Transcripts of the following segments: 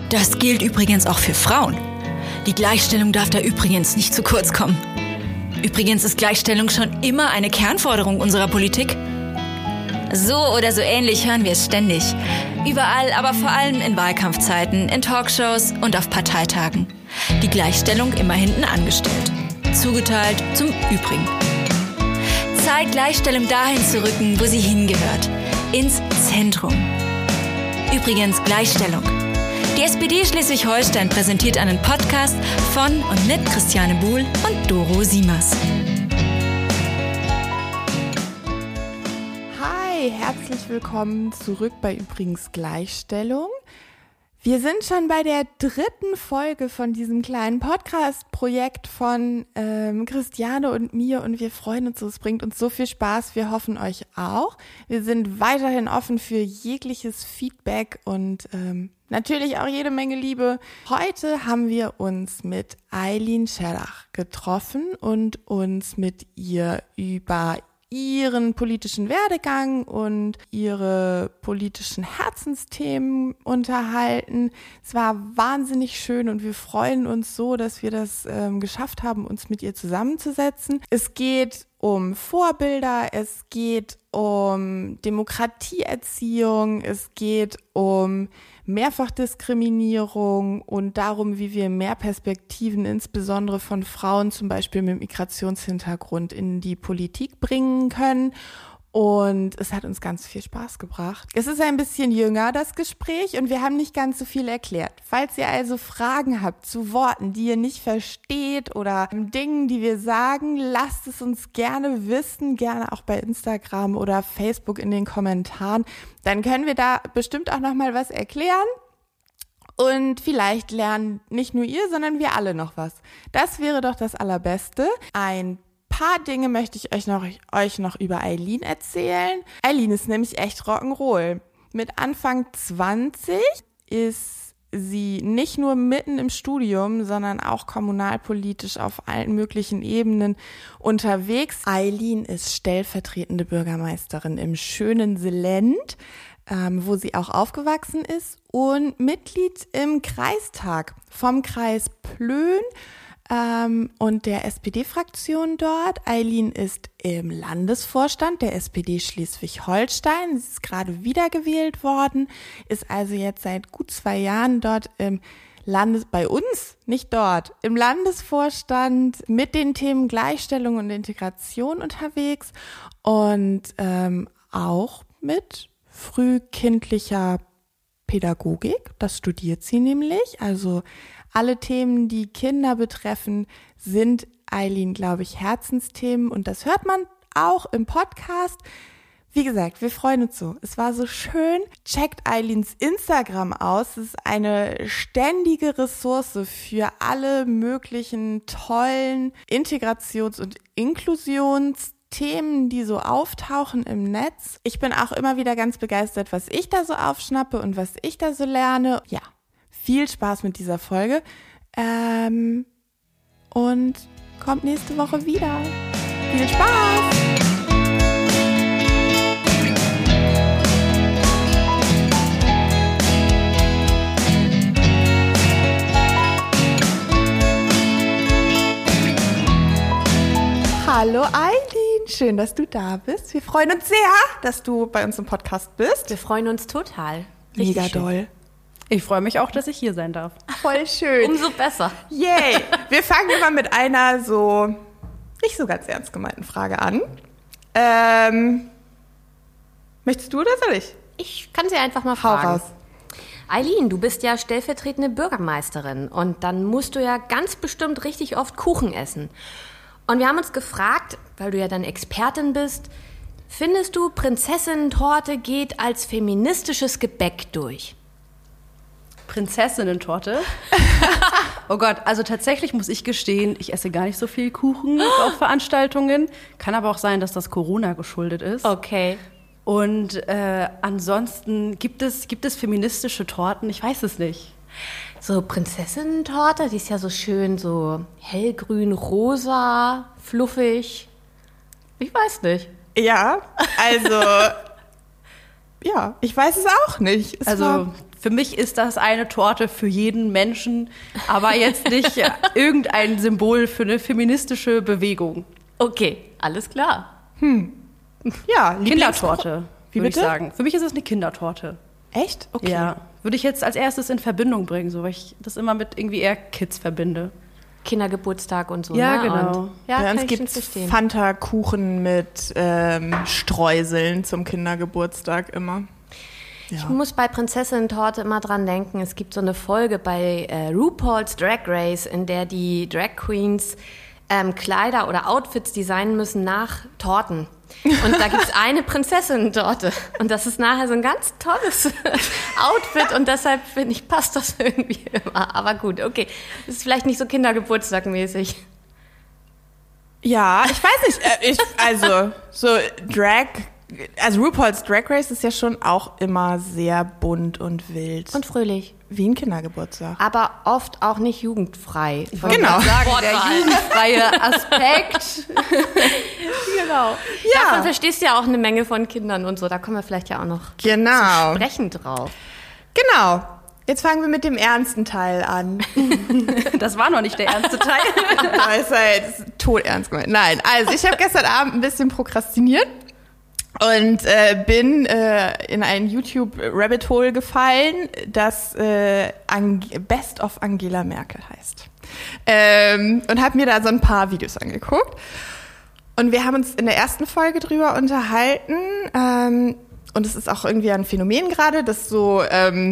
Das gilt übrigens auch für Frauen. Die Gleichstellung darf da übrigens nicht zu kurz kommen. Übrigens ist Gleichstellung schon immer eine Kernforderung unserer Politik. So oder so ähnlich hören wir es ständig. Überall, aber vor allem in Wahlkampfzeiten, in Talkshows und auf Parteitagen. Die Gleichstellung immer hinten angestellt. Zugeteilt zum Übrigen. Zeit, Gleichstellung dahin zu rücken, wo sie hingehört. Ins Zentrum. Übrigens Gleichstellung. Die SPD Schleswig-Holstein präsentiert einen Podcast von und mit Christiane Buhl und Doro Siemers. Hi, herzlich willkommen zurück bei Übrigens Gleichstellung. Wir sind schon bei der 3. Folge von diesem kleinen Podcast-Projekt von Christiane und mir und wir freuen uns so, es bringt uns so viel Spaß, wir hoffen euch auch. Wir sind weiterhin offen für jegliches Feedback und natürlich auch jede Menge Liebe. Heute haben wir uns mit Aylin Schellach getroffen und uns mit ihr über ihren politischen Werdegang und ihre politischen Herzensthemen unterhalten. Es war wahnsinnig schön und wir freuen uns so, dass wir das geschafft haben, uns mit ihr zusammenzusetzen. Es geht um Vorbilder, es geht um Demokratieerziehung, es geht um Mehrfachdiskriminierung und darum, wie wir mehr Perspektiven, insbesondere von Frauen, zum Beispiel mit Migrationshintergrund, in die Politik bringen können. Und es hat uns ganz viel Spaß gebracht. Es ist ein bisschen jünger, das Gespräch, und wir haben nicht ganz so viel erklärt. Falls ihr also Fragen habt zu Worten, die ihr nicht versteht oder Dingen, die wir sagen, lasst es uns gerne wissen, gerne auch bei Instagram oder Facebook in den Kommentaren. Dann können wir da bestimmt auch noch mal was erklären. Und vielleicht lernen nicht nur ihr, sondern wir alle noch was. Das wäre doch das Allerbeste. Ein paar Dinge möchte ich euch noch über Aylin erzählen. Aylin ist nämlich echt Rock'n'Roll. Mit Anfang 20 ist sie nicht nur mitten im Studium, sondern auch kommunalpolitisch auf allen möglichen Ebenen unterwegs. Aylin ist stellvertretende Bürgermeisterin im schönen Selend, wo sie auch aufgewachsen ist, und Mitglied im Kreistag vom Kreis Plön und der SPD-Fraktion dort. Aylin ist im Landesvorstand der SPD Schleswig-Holstein. Sie ist gerade wiedergewählt worden, ist also jetzt seit gut 2 Jahren dort im im Landesvorstand mit den Themen Gleichstellung und Integration unterwegs und auch mit frühkindlicher Pädagogik. Das studiert sie nämlich, also alle Themen, die Kinder betreffen, sind Aylin, glaube ich, Herzensthemen, und das hört man auch im Podcast. Wie gesagt, wir freuen uns so. Es war so schön. Checkt Aylins Instagram aus. Es ist eine ständige Ressource für alle möglichen tollen Integrations- und Inklusionsthemen, die so auftauchen im Netz. Ich bin auch immer wieder ganz begeistert, was ich da so aufschnappe und was ich da so lerne. Ja. Viel Spaß mit dieser Folge und kommt nächste Woche wieder. Viel Spaß! Hallo Aylin, schön, dass du da bist. Wir freuen uns sehr, dass du bei uns im Podcast bist. Wir freuen uns total. Richtig mega schön. Doll. Ich freue mich auch, dass ich hier sein darf. Voll schön. Umso besser. Yay. Wir fangen immer mit einer so nicht so ganz ernst gemeinten Frage an. Möchtest du oder soll ich? Ich kann sie einfach mal fragen. Hau raus. Aylin, du bist ja stellvertretende Bürgermeisterin und dann musst du ja ganz bestimmt richtig oft Kuchen essen. Und wir haben uns gefragt, weil du ja dann Expertin bist, findest du, Prinzessinnen-Torte geht als feministisches Gebäck durch? Prinzessinnen-Torte? Oh Gott, also tatsächlich muss ich gestehen, ich esse gar nicht so viel Kuchen auf Veranstaltungen. Kann aber auch sein, dass das Corona geschuldet ist. Okay. Und ansonsten gibt es feministische Torten? Ich weiß es nicht. So Prinzessinnen-Torte, die ist ja so schön so hellgrün, rosa, fluffig. Ich weiß nicht. Ja, also ja, ich weiß es auch nicht. Es war für mich ist das eine Torte für jeden Menschen, aber jetzt nicht irgendein Symbol für eine feministische Bewegung. Okay, alles klar. Ja, Kindertorte, Wie würde ich bitte? sagen. Für mich ist es eine Kindertorte. Echt? Okay. Ja, würde ich jetzt als erstes in Verbindung bringen, so, weil ich das immer mit irgendwie eher Kids verbinde. Kindergeburtstag und so. Ja, ne? genau. Und, ja, Bei kann uns ich schon gibt es verstehen. Fanta-Kuchen mit Streuseln zum Kindergeburtstag immer. Ich muss bei Prinzessin-Torte immer dran denken, es gibt so eine Folge bei RuPaul's Drag Race, in der die Drag Queens Kleider oder Outfits designen müssen nach Torten. Und da gibt es eine Prinzessin-Torte. Und das ist nachher so ein ganz tolles Outfit. Und deshalb, finde ich, passt das irgendwie immer. Aber gut, okay. Das ist vielleicht nicht so Kindergeburtstag-mäßig. Ja, ich weiß nicht. Also RuPaul's Drag Race ist ja schon auch immer sehr bunt und wild. Und fröhlich. Wie ein Kindergeburtstag. Aber oft auch nicht jugendfrei. Genau. Sagen, der jugendfreie Aspekt. Genau. Ja. Davon verstehst du ja auch eine Menge von Kindern und so. Da kommen wir vielleicht ja auch noch Genau. sprechen drauf. Genau. Jetzt fangen wir mit dem ernsten Teil an. Das war noch nicht der ernste Teil. Das ist halt todernst gemeint. Nein, also ich habe gestern Abend ein bisschen prokrastiniert und bin in ein YouTube-Rabbit-Hole gefallen, das Best of Angela Merkel heißt. Und habe mir da so ein paar Videos angeguckt. Und wir haben uns in der ersten Folge drüber unterhalten. Und es ist auch irgendwie ein Phänomen gerade, dass so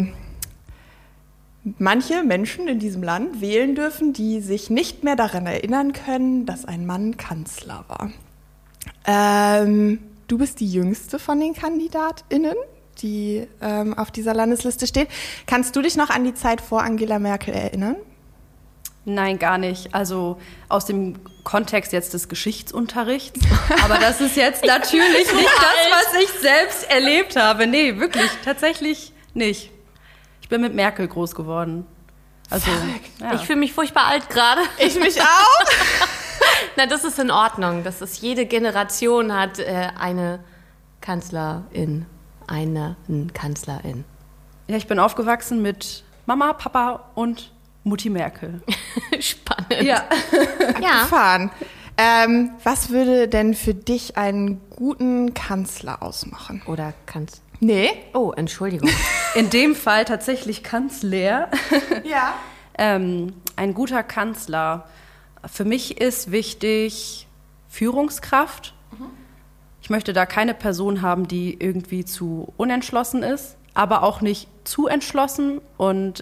manche Menschen in diesem Land wählen dürfen, die sich nicht mehr daran erinnern können, dass ein Mann Kanzler war. Du bist die jüngste von den KandidatInnen, die auf dieser Landesliste steht. Kannst du dich noch an die Zeit vor Angela Merkel erinnern? Nein, gar nicht. Also aus dem Kontext jetzt des Geschichtsunterrichts. Aber das ist jetzt natürlich nicht das, was ich selbst erlebt habe. Nee, wirklich, tatsächlich nicht. Ich bin mit Merkel groß geworden. Also, ja. Ich fühle mich furchtbar alt gerade. Ich mich auch. Na, das ist in Ordnung. Das ist, jede Generation hat eine Kanzlerin, einen Kanzlerin. Ja, ich bin aufgewachsen mit Mama, Papa und Mutti Merkel. Spannend. Ja. Ja. Gefahren. Was würde denn für dich einen guten Kanzler ausmachen? Oder kannst. Nee. Oh, Entschuldigung. In dem Fall tatsächlich Kanzler. Ja. Ein guter Kanzler. Für mich ist wichtig Führungskraft. Ich möchte da keine Person haben, die irgendwie zu unentschlossen ist, aber auch nicht zu entschlossen und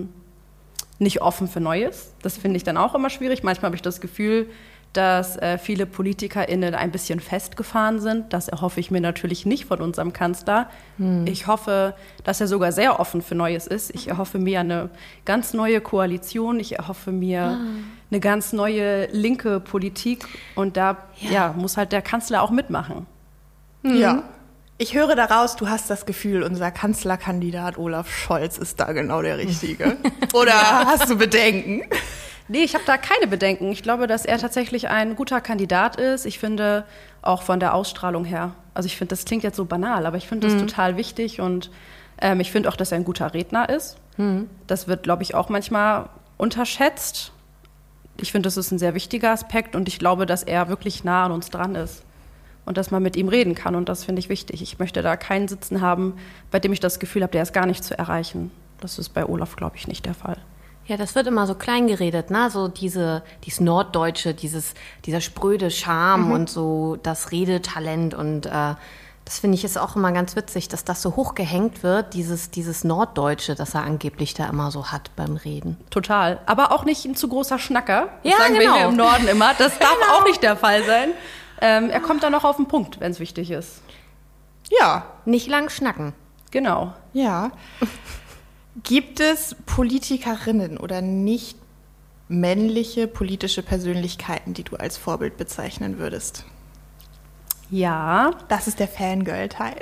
nicht offen für Neues. Das finde ich dann auch immer schwierig. Manchmal habe ich das Gefühl, dass viele PolitikerInnen ein bisschen festgefahren sind. Das erhoffe ich mir natürlich nicht von unserem Kanzler. Ich hoffe, dass er sogar sehr offen für Neues ist. Ich erhoffe mir eine ganz neue Koalition. Ich erhoffe mir eine ganz neue linke Politik. Und da muss halt der Kanzler auch mitmachen. Ja. Ich höre daraus, du hast das Gefühl, unser Kanzlerkandidat Olaf Scholz ist da genau der Richtige. Oder hast du Bedenken? Nee, ich habe da keine Bedenken. Ich glaube, dass er tatsächlich ein guter Kandidat ist. Ich finde auch von der Ausstrahlung her, also ich finde, das klingt jetzt so banal, aber ich finde das total wichtig und ich finde auch, dass er ein guter Redner ist. Das wird, glaube ich, auch manchmal unterschätzt. Ich finde, das ist ein sehr wichtiger Aspekt und ich glaube, dass er wirklich nah an uns dran ist und dass man mit ihm reden kann und das finde ich wichtig. Ich möchte da keinen sitzen haben, bei dem ich das Gefühl habe, der ist gar nicht zu erreichen. Das ist bei Olaf, glaube ich, nicht der Fall. Ja, das wird immer so klein geredet, ne? So dieses Norddeutsche, dieser spröde Charme und so das Redetalent und das finde ich ist auch immer ganz witzig, dass das so hochgehängt wird, dieses Norddeutsche, das er angeblich da immer so hat beim Reden. Total. Aber auch nicht ein zu großer Schnacker. Das Ja, sagen wir genau. hier im Norden immer. Das darf auch nicht der Fall sein. Er kommt dann noch auf den Punkt, wenn es wichtig ist. Ja. Nicht lang schnacken. Genau. Ja. Gibt es Politikerinnen oder nicht männliche politische Persönlichkeiten, die du als Vorbild bezeichnen würdest? Ja. Das ist der Fangirl-Teil.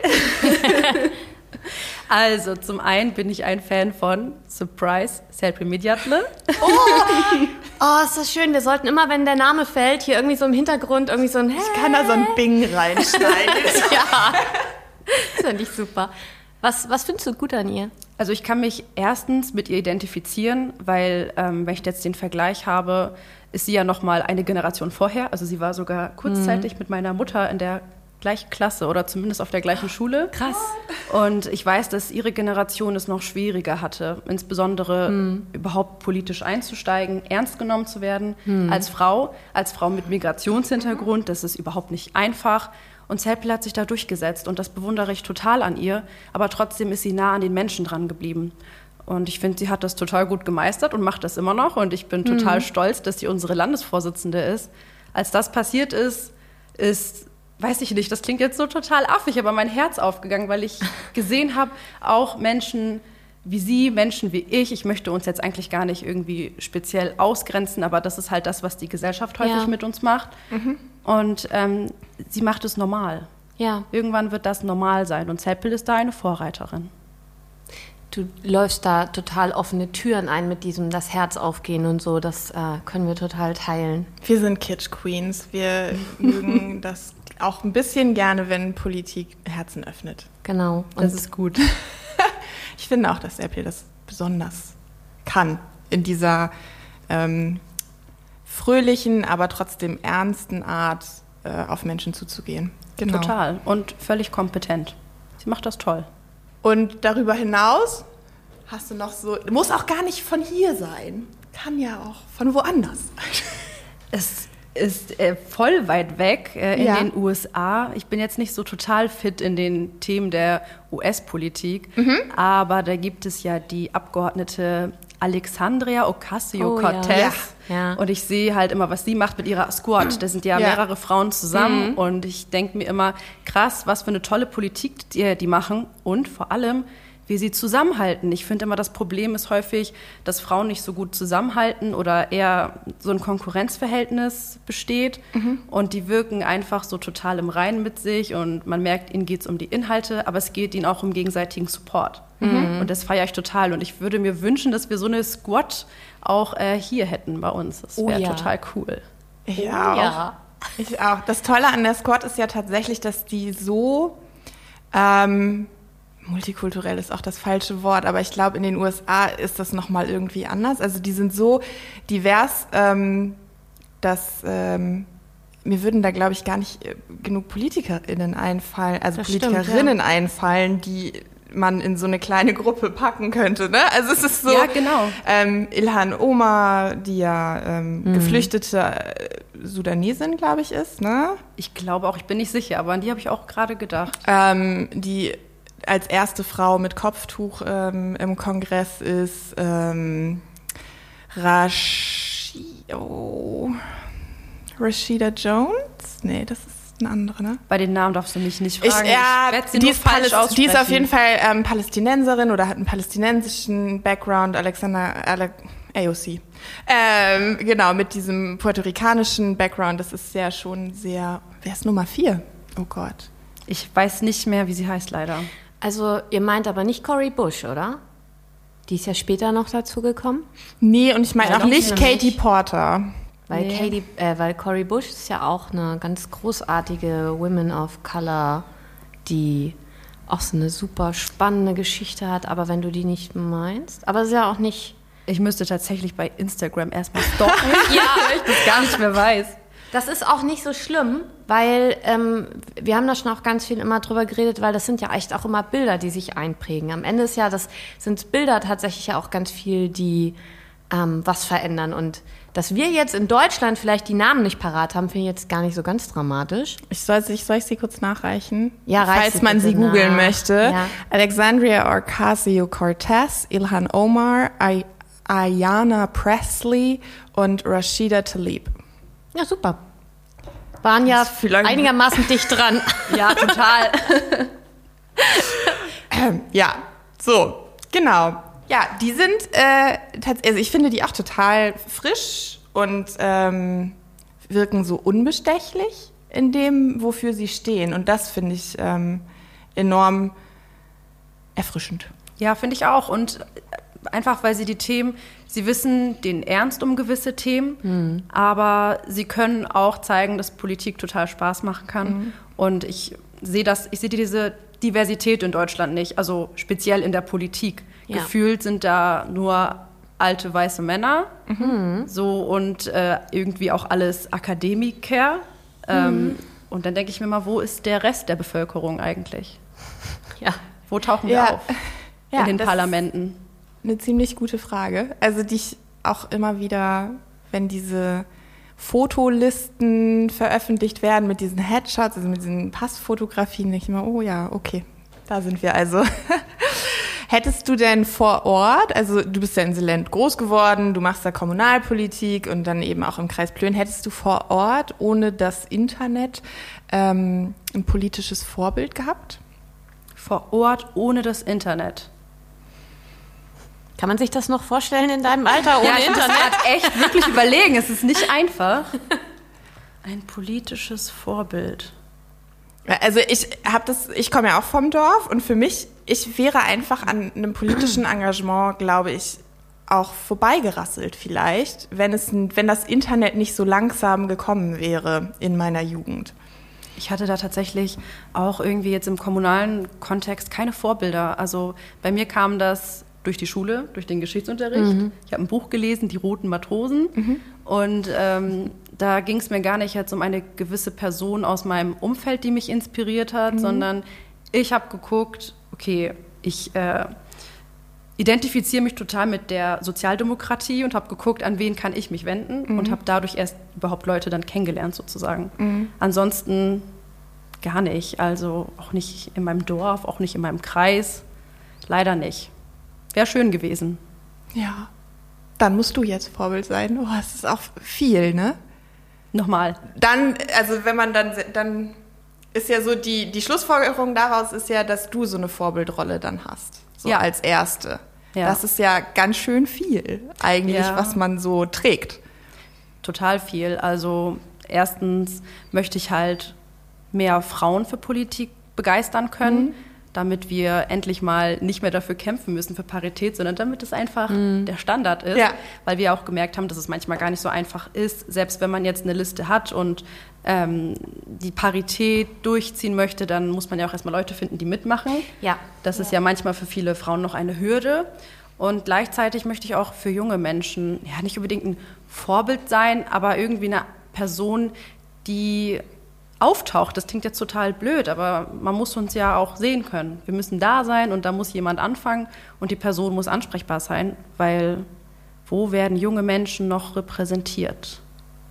Also zum einen bin ich ein Fan von Surprise, Selfie Mediatle. Oh, ist das schön. Wir sollten immer, wenn der Name fällt, hier irgendwie so im Hintergrund irgendwie so ein Ich kann da so ein Bing reinschneiden. Ja, das finde ich super. Was findest du gut an ihr? Also ich kann mich erstens mit ihr identifizieren, weil, wenn ich jetzt den Vergleich habe, ist sie ja noch mal eine Generation vorher. Also sie war sogar kurzzeitig mit meiner Mutter in der gleichen Klasse oder zumindest auf der gleichen Schule. Krass. Und ich weiß, dass ihre Generation es noch schwieriger hatte, insbesondere überhaupt politisch einzusteigen, ernst genommen zu werden als Frau mit Migrationshintergrund. Das ist überhaupt nicht einfach. Und Zelpel hat sich da durchgesetzt und das bewundere ich total an ihr. Aber trotzdem ist sie nah an den Menschen dran geblieben. Und ich finde, sie hat das total gut gemeistert und macht das immer noch. Und ich bin total stolz, dass sie unsere Landesvorsitzende ist. Als das passiert ist, weiß ich nicht, das klingt jetzt so total affig, aber mein Herz aufgegangen, weil ich gesehen habe, auch Menschen wie sie, Menschen wie ich möchte uns jetzt eigentlich gar nicht irgendwie speziell ausgrenzen, aber das ist halt das, was die Gesellschaft häufig mit uns macht. Und sie macht es normal. Ja. Irgendwann wird das normal sein und Zelpel ist da eine Vorreiterin. Du läufst da total offene Türen ein mit diesem das Herz aufgehen und so, das können wir total teilen. Wir sind Kitsch Queens, wir mögen das auch ein bisschen gerne, wenn Politik Herzen öffnet. Genau. Und das ist gut. Ich finde auch, dass Zelpel das besonders kann, in dieser fröhlichen, aber trotzdem ernsten Art auf Menschen zuzugehen. Genau. Total und völlig kompetent. Sie macht das toll. Und darüber hinaus hast du noch so, muss auch gar nicht von hier sein, kann ja auch von woanders. Es ist voll weit weg in den USA. Ich bin jetzt nicht so total fit in den Themen der US-Politik, aber da gibt es ja die Abgeordnete Alexandria Ocasio-Cortez. Ja. Und ich sehe halt immer, was sie macht mit ihrer Squad. Da sind ja mehrere Frauen zusammen und ich denke mir immer, krass, was für eine tolle Politik die machen und vor allem, wie sie zusammenhalten. Ich finde immer, das Problem ist häufig, dass Frauen nicht so gut zusammenhalten oder eher so ein Konkurrenzverhältnis besteht und die wirken einfach so total im Reinen mit sich und man merkt, ihnen geht es um die Inhalte, aber es geht ihnen auch um gegenseitigen Support. Und das feiere ich total und ich würde mir wünschen, dass wir so eine Squad auch hier hätten bei uns. Das wäre total cool. Ich auch. Ich auch. Das Tolle an der Squad ist ja tatsächlich, dass die so multikulturell ist auch das falsche Wort, aber ich glaube, in den USA ist das nochmal irgendwie anders. Also die sind so divers, dass mir würden da, glaube ich, gar nicht genug PolitikerInnen einfallen, also das Politikerinnen einfallen, die man in so eine kleine Gruppe packen könnte. Ne? Also es ist so, ja, genau. Ilhan Omar, die ja geflüchtete Sudanesin, glaube ich, ist. Ne? Ich glaube auch, ich bin nicht sicher, aber an die habe ich auch gerade gedacht. Die als erste Frau mit Kopftuch im Kongress ist Rashida Jones? Nee, das ist eine andere, ne? Bei den Namen darfst du mich nicht fragen. Ich werde sie nur falsch aussprechen. Die ist auf jeden Fall Palästinenserin oder hat einen palästinensischen Background, AOC. Genau, mit diesem puerto-ricanischen Background. Das ist ja schon sehr... Wer ist Nummer 4? Oh Gott. Ich weiß nicht mehr, wie sie heißt, leider. Also ihr meint aber nicht Cori Bush, oder? Die ist ja später noch dazu gekommen. Nee, und ich meine auch nicht Katie Porter. Weil Cori Bush ist ja auch eine ganz großartige Women of Color, die auch so eine super spannende Geschichte hat, aber wenn du die nicht meinst, aber ist ja auch nicht... Ich müsste tatsächlich bei Instagram erstmal stalken, weil ich das gar nicht mehr weiß. Das ist auch nicht so schlimm, weil wir haben da schon auch ganz viel immer drüber geredet, weil das sind ja echt auch immer Bilder, die sich einprägen. Am Ende sind Bilder tatsächlich ja auch ganz viel, die was verändern. Und dass wir jetzt in Deutschland vielleicht die Namen nicht parat haben, finde ich jetzt gar nicht so ganz dramatisch. Soll ich sie kurz nachreichen? Ja, falls man sie googeln möchte. Ja. Alexandria Ocasio-Cortez, Ilhan Omar, Ayanna Pressley und Rashida Tlaib. Ja, super. Waren ja einigermaßen dicht dran. Ja, total. Ja, so, genau. Ja, die sind, also ich finde die auch total frisch und wirken so unbestechlich in dem, wofür sie stehen. Und das finde ich enorm erfrischend. Ja, finde ich auch. Und einfach, weil sie die Themen, sie wissen den Ernst um gewisse Themen, aber sie können auch zeigen, dass Politik total Spaß machen kann. Und ich sehe diese Diversität in Deutschland nicht, also speziell in der Politik. Ja. Gefühlt sind da nur alte weiße Männer so und irgendwie auch alles Akademiker. Und dann denke ich mir mal, wo ist der Rest der Bevölkerung eigentlich? Ja. Wo tauchen wir auf? Ja, In den das Parlamenten. ist eine ziemlich gute Frage. Also die ich auch immer wieder, wenn diese Fotolisten veröffentlicht werden mit diesen Headshots, also mit diesen Passfotografien, denke ich immer, oh ja, okay, da sind wir also. Hättest du denn vor Ort, also du bist ja in Sillent groß geworden, du machst da Kommunalpolitik und dann eben auch im Kreis Plön, hättest du vor Ort ohne das Internet ein politisches Vorbild gehabt? Vor Ort ohne das Internet. Kann man sich das noch vorstellen in deinem Alter ohne Ja, ich muss Internet? grad echt wirklich überlegen. Es ist nicht einfach. Ein politisches Vorbild. Also ich komme ja auch vom Dorf und für mich, ich wäre einfach an einem politischen Engagement, glaube ich, auch vorbeigerasselt vielleicht, wenn das Internet nicht so langsam gekommen wäre in meiner Jugend. Ich hatte da tatsächlich auch irgendwie jetzt im kommunalen Kontext keine Vorbilder. Also bei mir kam das durch die Schule, durch den Geschichtsunterricht. Ich habe ein Buch gelesen, Die Roten Matrosen. Und da ging es mir gar nicht jetzt um eine gewisse Person aus meinem Umfeld, die mich inspiriert hat, sondern ich habe geguckt, okay, ich identifiziere mich total mit der Sozialdemokratie und habe geguckt, an wen kann ich mich wenden und habe dadurch erst überhaupt Leute dann kennengelernt sozusagen. Ansonsten gar nicht, also auch nicht in meinem Dorf, auch nicht in meinem Kreis, leider nicht. Wäre schön gewesen. Ja, dann musst du jetzt Vorbild sein. Oh, es ist auch viel, ne? Nochmal. Dann, also wenn man dann ist ja so die Schlussfolgerung daraus ist ja, dass du so eine Vorbildrolle dann hast. So Ja. als Erste. Ja. Das ist ja ganz schön viel eigentlich, Ja. was man so trägt. Total viel. Also erstens möchte ich halt mehr Frauen für Politik begeistern können, damit wir endlich mal nicht mehr dafür kämpfen müssen für Parität, sondern damit es einfach der Standard ist. Ja. Weil wir auch gemerkt haben, dass es manchmal gar nicht so einfach ist, selbst wenn man jetzt eine Liste hat und die Parität durchziehen möchte, dann muss man ja auch erstmal Leute finden, die mitmachen. Ja. Das ist ja manchmal für viele Frauen noch eine Hürde. Und gleichzeitig möchte ich auch für junge Menschen ja nicht unbedingt ein Vorbild sein, aber irgendwie eine Person, die auftaucht. Das klingt jetzt total blöd, aber man muss uns ja auch sehen können. Wir müssen da sein und da muss jemand anfangen und die Person muss ansprechbar sein, weil wo werden junge Menschen noch repräsentiert?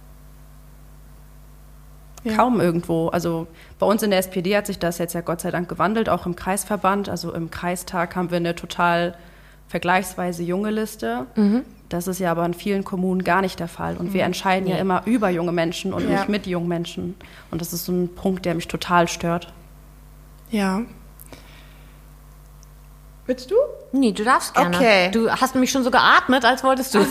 Ja. Kaum irgendwo. Also bei uns in der SPD hat sich das jetzt ja Gott sei Dank gewandelt, auch im Kreisverband. Also im Kreistag haben wir eine total vergleichsweise junge Liste. Das ist ja aber in vielen Kommunen gar nicht der Fall. Und wir entscheiden ja immer über junge Menschen und nicht mit jungen Menschen. Und das ist so ein Punkt, der mich total stört. Ja. Willst du? Nee, du darfst gerne. Okay. Du hast nämlich schon so geatmet, als wolltest du.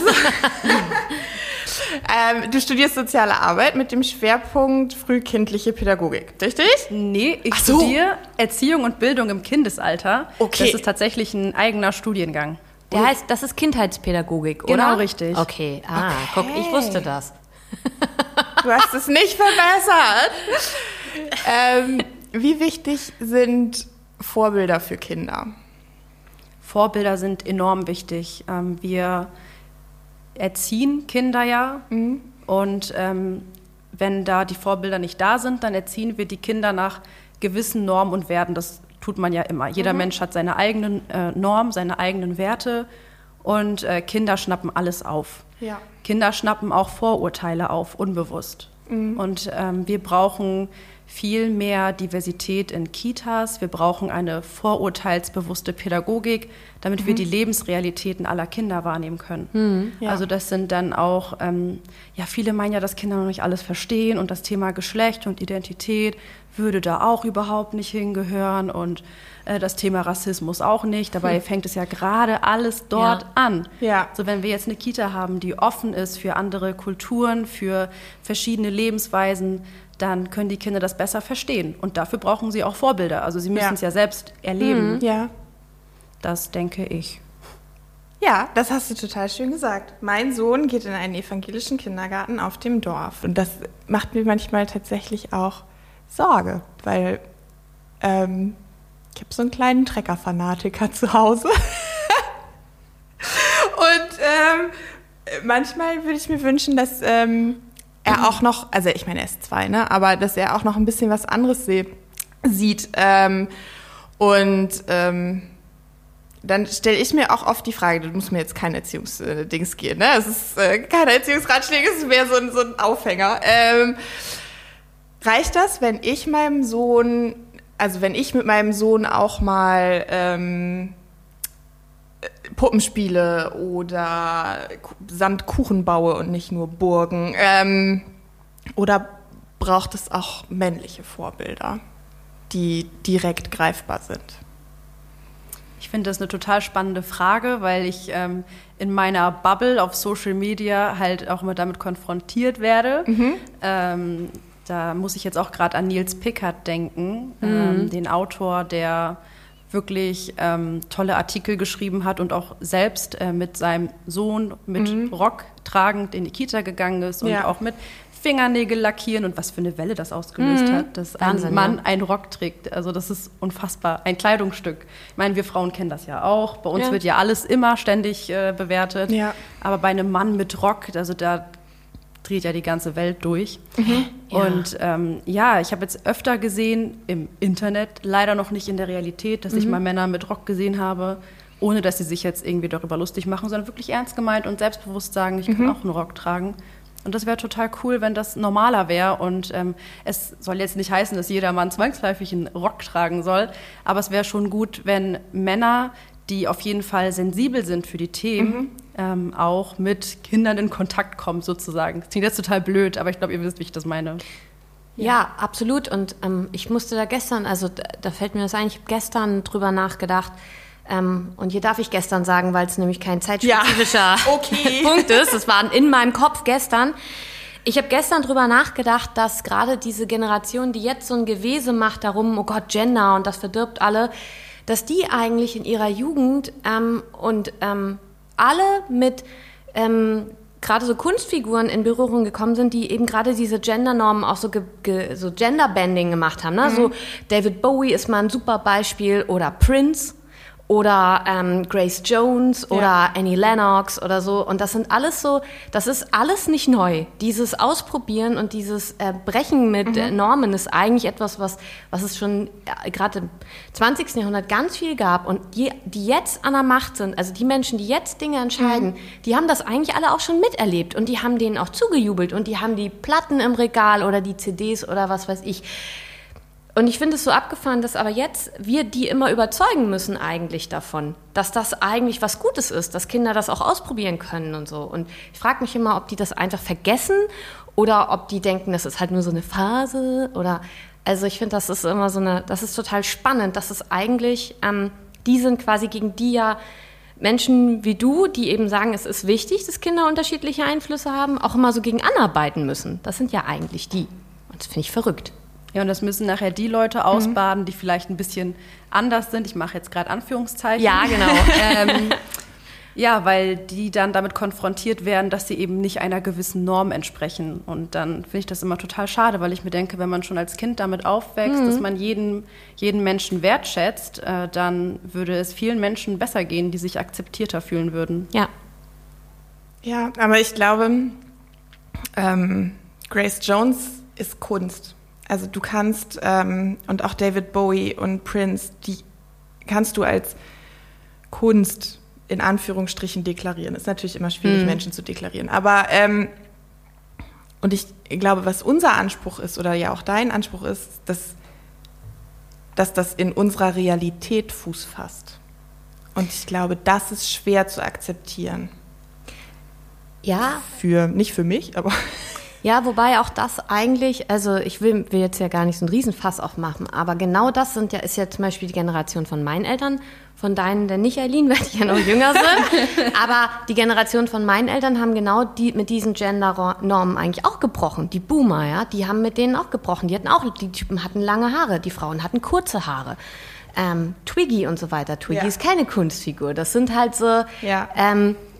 Du studierst soziale Arbeit mit dem Schwerpunkt frühkindliche Pädagogik, richtig? Nee, ich Ach so. studiere Erziehung und Bildung im Kindesalter. Okay. Das ist tatsächlich ein eigener Studiengang. Der heißt, das ist Kindheitspädagogik, oder? Genau, richtig. Okay, guck, ich wusste das. Du hast es nicht verbessert. Wie wichtig sind Vorbilder für Kinder? Vorbilder sind enorm wichtig. Wir erziehen Kinder ja und wenn da die Vorbilder nicht da sind, dann erziehen wir die Kinder nach gewissen Normen und Werten. Das tut man ja immer. Jeder Mensch hat seine eigenen Normen, seine eigenen Werte und Kinder schnappen alles auf. Ja. Kinder schnappen auch Vorurteile auf, unbewusst. Und wir brauchen viel mehr Diversität in Kitas. Wir brauchen eine vorurteilsbewusste Pädagogik, damit wir die Lebensrealitäten aller Kinder wahrnehmen können. Ja. Also das sind dann auch, viele meinen ja, dass Kinder noch nicht alles verstehen und das Thema Geschlecht und Identität würde da auch überhaupt nicht hingehören und das Thema Rassismus auch nicht. Dabei fängt es ja gerade alles dort an. Ja. So, wenn wir jetzt eine Kita haben, die offen ist für andere Kulturen, für verschiedene Lebensweisen, dann können die Kinder das besser verstehen. Und dafür brauchen sie auch Vorbilder. Also sie müssen es ja selbst erleben. Ja. Das denke ich. Ja, das hast du total schön gesagt. Mein Sohn geht in einen evangelischen Kindergarten auf dem Dorf. Und das macht mir manchmal tatsächlich auch Sorge, weil Ich habe so einen kleinen Trecker-Fanatiker zu Hause. Und manchmal würde ich mir wünschen, dass er auch noch, also ich meine, er ist 2, ne? Aber dass er auch noch ein bisschen was anderes sieht. Dann stelle ich mir auch oft die Frage, du musst mir jetzt kein Erziehungsdings geben, ne? Es ist keine Erziehungsratschläge, es ist mehr so ein Aufhänger. Reicht das, wenn ich mit meinem Sohn auch mal Puppen spiele oder Sandkuchen baue und nicht nur Burgen? Oder braucht es auch männliche Vorbilder, die direkt greifbar sind? Ich finde das eine total spannende Frage, weil ich in meiner Bubble auf Social Media halt auch immer damit konfrontiert werde. Da muss ich jetzt auch gerade an Nils Pickert denken, den Autor, der wirklich tolle Artikel geschrieben hat und auch selbst mit seinem Sohn mit Rock tragend in die Kita gegangen ist und auch mit Fingernägel lackieren und was für eine Welle das ausgelöst hat, dass ein Mann einen Rock trägt. Also das ist unfassbar. Ein Kleidungsstück. Ich meine, wir Frauen kennen das ja auch. Bei uns wird ja alles immer ständig bewertet. Ja. Aber bei einem Mann mit Rock, also da dreht ja die ganze Welt durch. Und ich habe jetzt öfter gesehen im Internet, leider noch nicht in der Realität, dass ich mal Männer mit Rock gesehen habe, ohne dass sie sich jetzt irgendwie darüber lustig machen, sondern wirklich ernst gemeint und selbstbewusst sagen, ich kann auch einen Rock tragen. Und das wäre total cool, wenn das normaler wäre. Und es soll jetzt nicht heißen, dass jeder Mann zwangsläufig einen Rock tragen soll. Aber es wäre schon gut, wenn Männer, die auf jeden Fall sensibel sind für die Themen, auch mit Kindern in Kontakt kommen, sozusagen. Das klingt jetzt total blöd, aber ich glaube, ihr wisst, wie ich das meine. Ja, absolut. Und ich musste da gestern, also da fällt mir das ein, ich habe gestern drüber nachgedacht. Und hier darf ich gestern sagen, weil es nämlich kein zeitspezifischer Punkt ist. Es war in meinem Kopf gestern. Ich habe gestern drüber nachgedacht, dass gerade diese Generation, die jetzt so ein Gewese macht darum, oh Gott, Gender und das verdirbt alle, dass die eigentlich in ihrer Jugend alle mit gerade so Kunstfiguren in Berührung gekommen sind, die eben gerade diese Gendernormen auch so Genderbending gemacht haben. Ne? So David Bowie ist mal ein super Beispiel oder Prince. Oder Grace Jones oder Annie Lennox oder so. Und das sind alles so, das ist alles nicht neu. Dieses Ausprobieren und dieses Brechen mit Normen ist eigentlich etwas, was es schon gerade im 20. Jahrhundert ganz viel gab. Und die jetzt an der Macht sind, also die Menschen, die jetzt Dinge entscheiden, die haben das eigentlich alle auch schon miterlebt. Und die haben denen auch zugejubelt. Und die haben die Platten im Regal oder die CDs oder was weiß ich. Und ich finde es so abgefahren, dass aber jetzt wir die immer überzeugen müssen eigentlich davon, dass das eigentlich was Gutes ist, dass Kinder das auch ausprobieren können und so. Und ich frage mich immer, ob die das einfach vergessen oder ob die denken, das ist halt nur so eine Phase oder, also ich finde, das ist immer das ist total spannend, dass es eigentlich, die sind quasi gegen die ja Menschen wie du, die eben sagen, es ist wichtig, dass Kinder unterschiedliche Einflüsse haben, auch immer so gegen anarbeiten müssen. Das sind ja eigentlich die. Und das finde ich verrückt. Ja, und das müssen nachher die Leute ausbaden, die vielleicht ein bisschen anders sind. Ich mache jetzt gerade Anführungszeichen. Ja, genau. Weil die dann damit konfrontiert werden, dass sie eben nicht einer gewissen Norm entsprechen. Und dann finde ich das immer total schade, weil ich mir denke, wenn man schon als Kind damit aufwächst, dass man jeden Menschen wertschätzt, dann würde es vielen Menschen besser gehen, die sich akzeptierter fühlen würden. Ja. Ja, aber ich glaube, Grace Jones ist Kunst. Also du kannst, und auch David Bowie und Prince, die kannst du als Kunst in Anführungsstrichen deklarieren. Ist natürlich immer schwierig, Menschen zu deklarieren. Aber, und ich glaube, was unser Anspruch ist, oder ja auch dein Anspruch ist, dass das in unserer Realität Fuß fasst. Und ich glaube, das ist schwer zu akzeptieren. Ja. Nicht für mich, aber... Ja, wobei auch das eigentlich, also ich will jetzt ja gar nicht so einen Riesenfass aufmachen, aber genau das ist ja zum Beispiel die Generation von meinen Eltern, von deinen denn nicht, Eileen, weil die ja noch jünger sind, aber die Generation von meinen Eltern haben genau mit diesen Gender-Normen eigentlich auch gebrochen. Die Boomer, ja, die haben mit denen auch gebrochen. Die Typen hatten lange Haare, die Frauen hatten kurze Haare. Twiggy und so weiter. Twiggy ist keine Kunstfigur. Das sind halt so... Ja.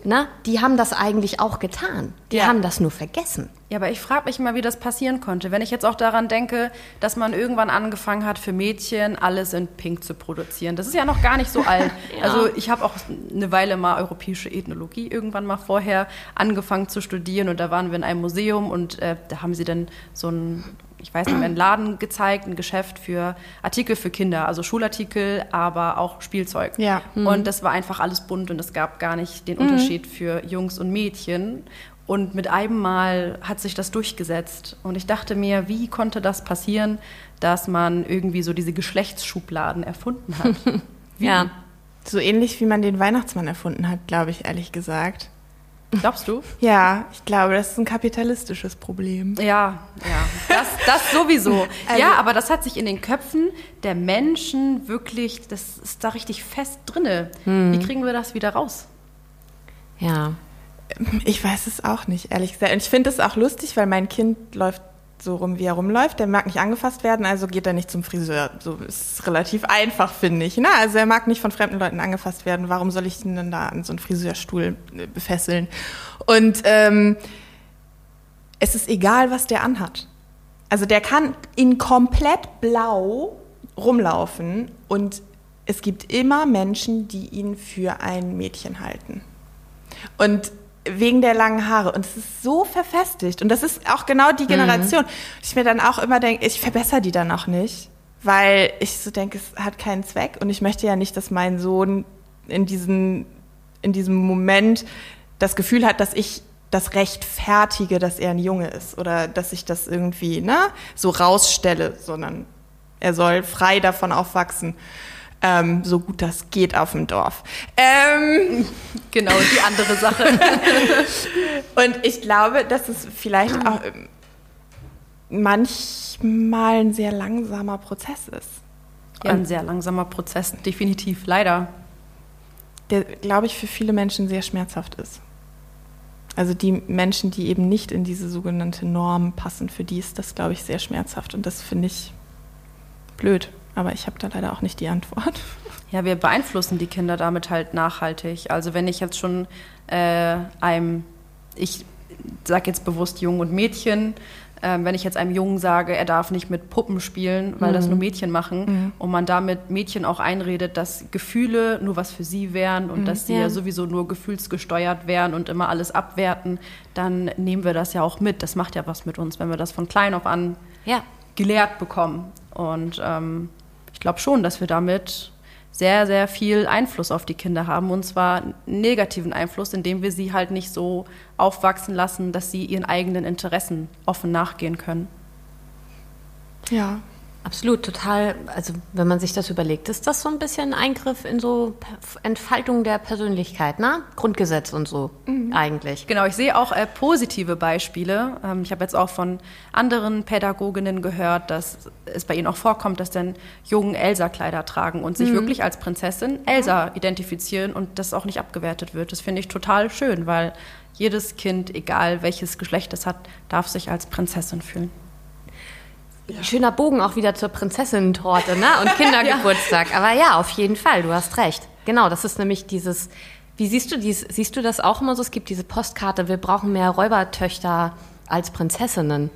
ne, die haben das eigentlich auch getan. Die haben das nur vergessen. Ja, aber ich frage mich immer, wie das passieren konnte. Wenn ich jetzt auch daran denke, dass man irgendwann angefangen hat, für Mädchen alles in Pink zu produzieren. Das ist ja noch gar nicht so alt. Also ich habe auch eine Weile mal europäische Ethnologie irgendwann mal vorher angefangen zu studieren. Und da waren wir in einem Museum und da haben sie dann so ein, ich weiß nicht mehr, einen Laden gezeigt, ein Geschäft für Artikel für Kinder, also Schulartikel, aber auch Spielzeug. Ja. Und das war einfach alles bunt und es gab gar nicht den Unterschied für Jungs und Mädchen. Und mit einem Mal hat sich das durchgesetzt. Und ich dachte mir, wie konnte das passieren, dass man irgendwie so diese Geschlechtsschubladen erfunden hat? Ja. So ähnlich wie man den Weihnachtsmann erfunden hat, glaube ich, ehrlich gesagt. Glaubst du? Ja, ich glaube, das ist ein kapitalistisches Problem. Ja, das sowieso. Also, ja, aber das hat sich in den Köpfen der Menschen wirklich, das ist da richtig fest drinne. Wie kriegen wir das wieder raus? Ja. Ich weiß es auch nicht, ehrlich gesagt. Und ich finde es auch lustig, weil mein Kind läuft so rum, wie er rumläuft. Der mag nicht angefasst werden, also geht er nicht zum Friseur. So ist relativ einfach, finde ich. Ne? Also er mag nicht von fremden Leuten angefasst werden. Warum soll ich ihn denn da an so einen Friseurstuhl befesseln? Und es ist egal, was der anhat. Also der kann in komplett blau rumlaufen und es gibt immer Menschen, die ihn für ein Mädchen halten. Und wegen der langen Haare. Und es ist so verfestigt. Und das ist auch genau die Generation. Ich mir dann auch immer denke, ich verbessere die dann auch nicht. Weil ich so denke, es hat keinen Zweck. Und ich möchte ja nicht, dass mein Sohn in diesem Moment das Gefühl hat, dass ich das rechtfertige, dass er ein Junge ist. Oder dass ich das irgendwie so rausstelle. Sondern er soll frei davon aufwachsen. So gut das geht auf dem Dorf. Genau, die andere Sache. Und ich glaube, dass es vielleicht auch manchmal ein sehr langsamer Prozess ist. Ja, ein sehr langsamer Prozess, definitiv, leider. Der, glaube ich, für viele Menschen sehr schmerzhaft ist. Also die Menschen, die eben nicht in diese sogenannte Norm passen, für die ist das, glaube ich, sehr schmerzhaft. Und das finde ich blöd. Aber ich habe da leider auch nicht die Antwort. Ja, wir beeinflussen die Kinder damit halt nachhaltig. Also wenn ich jetzt schon ich sage jetzt bewusst Jungen und Mädchen, wenn ich jetzt einem Jungen sage, er darf nicht mit Puppen spielen, weil das nur Mädchen machen, und man damit Mädchen auch einredet, dass Gefühle nur was für sie wären und dass sie ja sowieso nur gefühlsgesteuert wären und immer alles abwerten, dann nehmen wir das ja auch mit. Das macht ja was mit uns, wenn wir das von klein auf an gelehrt bekommen. Und ich glaube schon, dass wir damit sehr, sehr viel Einfluss auf die Kinder haben, und zwar negativen Einfluss, indem wir sie halt nicht so aufwachsen lassen, dass sie ihren eigenen Interessen offen nachgehen können. Ja. Absolut, total. Also wenn man sich das überlegt, ist das so ein bisschen ein Eingriff in so Entfaltung der Persönlichkeit, ne? Grundgesetz und so eigentlich. Genau, ich sehe auch positive Beispiele. Ich habe jetzt auch von anderen Pädagoginnen gehört, dass es bei ihnen auch vorkommt, dass dann Jungen Elsa-Kleider tragen und sich wirklich als Prinzessin Elsa identifizieren und das auch nicht abgewertet wird. Das finde ich total schön, weil jedes Kind, egal welches Geschlecht es hat, darf sich als Prinzessin fühlen. Ja. Schöner Bogen auch wieder zur Prinzessinnen-Torte, ne? Und Kindergeburtstag. Aber ja, auf jeden Fall, du hast recht. Genau, das ist nämlich dieses, wie siehst du das auch immer so? Es gibt diese Postkarte, wir brauchen mehr Räubertöchter als Prinzessinnen.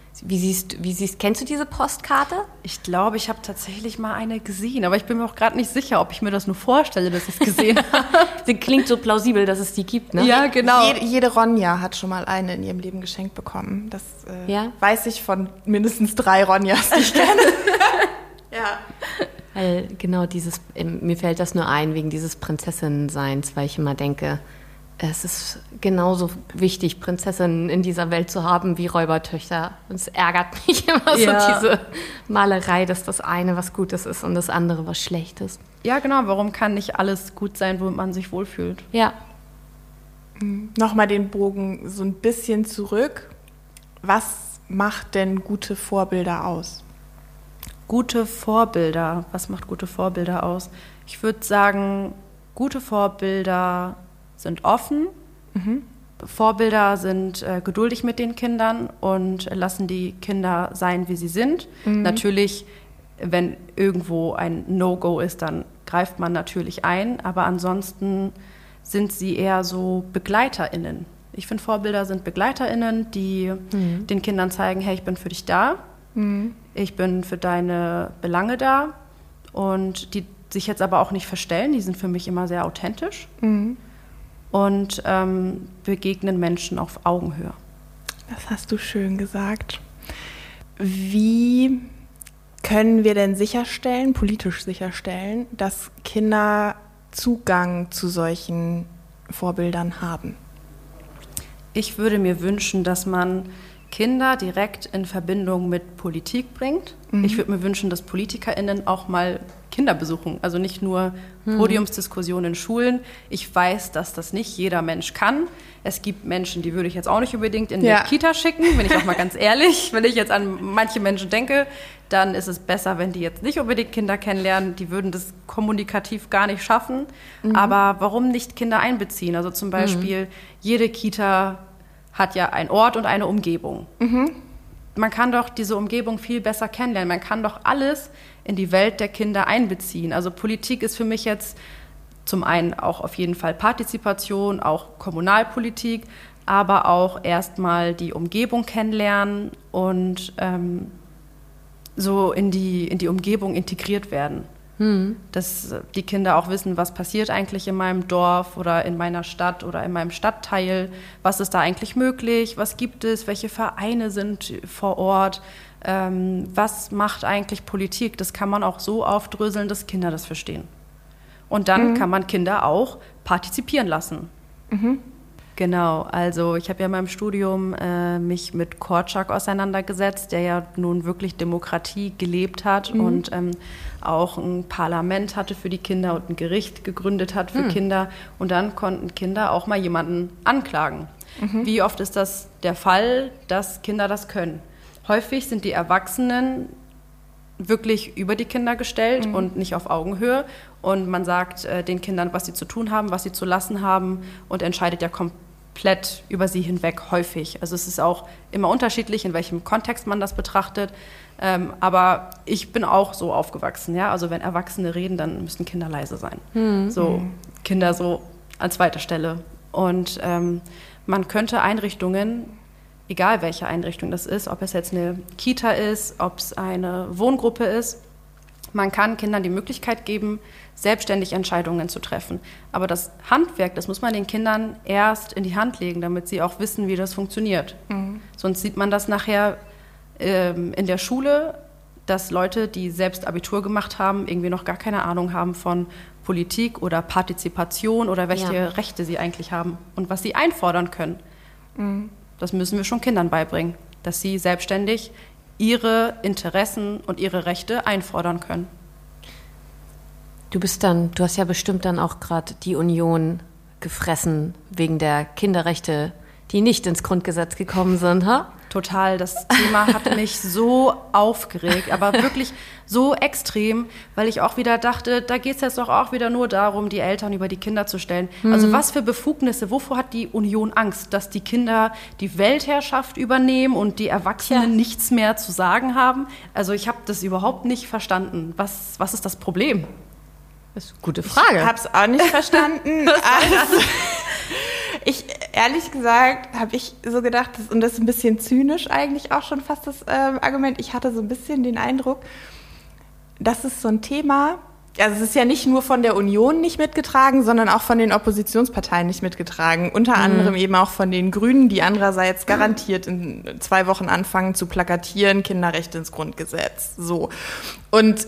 Kennst du diese Postkarte? Ich glaube, ich habe tatsächlich mal eine gesehen, aber ich bin mir auch gerade nicht sicher, ob ich mir das nur vorstelle, dass ich es gesehen habe. Sie klingt so plausibel, dass es die gibt, ne? Ja, genau. Jede Ronja hat schon mal eine in ihrem Leben geschenkt bekommen. Das weiß ich von mindestens 3 Ronjas, die ich kenne. Ja. Weil genau mir fällt das nur ein, wegen dieses Prinzessinnenseins, weil ich immer denke, es ist genauso wichtig, Prinzessinnen in dieser Welt zu haben wie Räubertöchter. Und es ärgert mich immer so, diese Malerei, dass das eine was Gutes ist und das andere was Schlechtes. Ja, genau. Warum kann nicht alles gut sein, womit man sich wohlfühlt? Ja. Nochmal den Bogen so ein bisschen zurück. Was macht denn gute Vorbilder aus? Gute Vorbilder. Was macht gute Vorbilder aus? Ich würde sagen, gute Vorbilder sind offen. Vorbilder sind geduldig mit den Kindern und lassen die Kinder sein, wie sie sind. Natürlich, wenn irgendwo ein No-Go ist, dann greift man natürlich ein. Aber ansonsten sind sie eher so BegleiterInnen. Ich finde, Vorbilder sind BegleiterInnen, die den Kindern zeigen, hey, ich bin für dich da, ich bin für deine Belange da und die sich jetzt aber auch nicht verstellen, die sind für mich immer sehr authentisch und begegnen Menschen auf Augenhöhe. Das hast du schön gesagt. Wie können wir denn politisch sicherstellen, dass Kinder Zugang zu solchen Vorbildern haben? Ich würde mir wünschen, dass man Kinder direkt in Verbindung mit Politik bringt. Ich würde mir wünschen, dass PolitikerInnen auch mal Kinder besuchen. Also nicht nur Podiumsdiskussionen in Schulen. Ich weiß, dass das nicht jeder Mensch kann. Es gibt Menschen, die würde ich jetzt auch nicht unbedingt in die Kita schicken, bin ich auch mal ganz ehrlich. Wenn ich jetzt an manche Menschen denke, dann ist es besser, wenn die jetzt nicht unbedingt Kinder kennenlernen. Die würden das kommunikativ gar nicht schaffen. Aber warum nicht Kinder einbeziehen? Also zum Beispiel, jede Kita hat ja einen Ort und eine Umgebung. Man kann doch diese Umgebung viel besser kennenlernen. Man kann doch alles in die Welt der Kinder einbeziehen. Also Politik ist für mich jetzt zum einen auch auf jeden Fall Partizipation, auch Kommunalpolitik, aber auch erstmal die Umgebung kennenlernen und so in die Umgebung integriert werden. Dass die Kinder auch wissen, was passiert eigentlich in meinem Dorf oder in meiner Stadt oder in meinem Stadtteil, was ist da eigentlich möglich, was gibt es, welche Vereine sind vor Ort, was macht eigentlich Politik. Das kann man auch so aufdröseln, dass Kinder das verstehen. Und dann kann man Kinder auch partizipieren lassen. Genau, also ich habe ja in meinem Studium mich mit Korczak auseinandergesetzt, der ja nun wirklich Demokratie gelebt hat und auch ein Parlament hatte für die Kinder und ein Gericht gegründet hat für Kinder. Und dann konnten Kinder auch mal jemanden anklagen. Wie oft ist das der Fall, dass Kinder das können? Häufig sind die Erwachsenen wirklich über die Kinder gestellt und nicht auf Augenhöhe. Und man sagt den Kindern, was sie zu tun haben, was sie zu lassen haben und entscheidet ja komplett über sie hinweg häufig. Also es ist auch immer unterschiedlich, in welchem Kontext man das betrachtet. Aber ich bin auch so aufgewachsen. Ja? Also wenn Erwachsene reden, dann müssen Kinder leise sein. So Kinder so an zweiter Stelle. Und man könnte Einrichtungen, egal welche Einrichtung das ist, ob es jetzt eine Kita ist, ob es eine Wohngruppe ist, man kann Kindern die Möglichkeit geben, selbstständig Entscheidungen zu treffen. Aber das Handwerk, das muss man den Kindern erst in die Hand legen, damit sie auch wissen, wie das funktioniert. Sonst sieht man das nachher in der Schule, dass Leute, die selbst Abitur gemacht haben, irgendwie noch gar keine Ahnung haben von Politik oder Partizipation oder welche Rechte sie eigentlich haben und was sie einfordern können. Das müssen wir schon Kindern beibringen, dass sie selbstständig ihre Interessen und ihre Rechte einfordern können. Du hast ja bestimmt dann auch gerade die Union gefressen wegen der Kinderrechte, die nicht ins Grundgesetz gekommen sind, ha? Total, das Thema hat mich so aufgeregt, aber wirklich so extrem, weil ich auch wieder dachte, da geht es jetzt doch auch wieder nur darum, die Eltern über die Kinder zu stellen. Also was für Befugnisse, wovor hat die Union Angst, dass die Kinder die Weltherrschaft übernehmen und die Erwachsenen nichts mehr zu sagen haben? Also ich habe das überhaupt nicht verstanden. Was ist das Problem? Das ist eine gute Frage. Ich habe es auch nicht verstanden. Ehrlich gesagt, habe ich so gedacht, und das ist ein bisschen zynisch eigentlich auch schon fast das Argument, ich hatte so ein bisschen den Eindruck, das ist so ein Thema, also es ist ja nicht nur von der Union nicht mitgetragen, sondern auch von den Oppositionsparteien nicht mitgetragen. Unter anderem eben auch von den Grünen, die andererseits garantiert in 2 Wochen anfangen zu plakatieren, Kinderrechte ins Grundgesetz. So. Und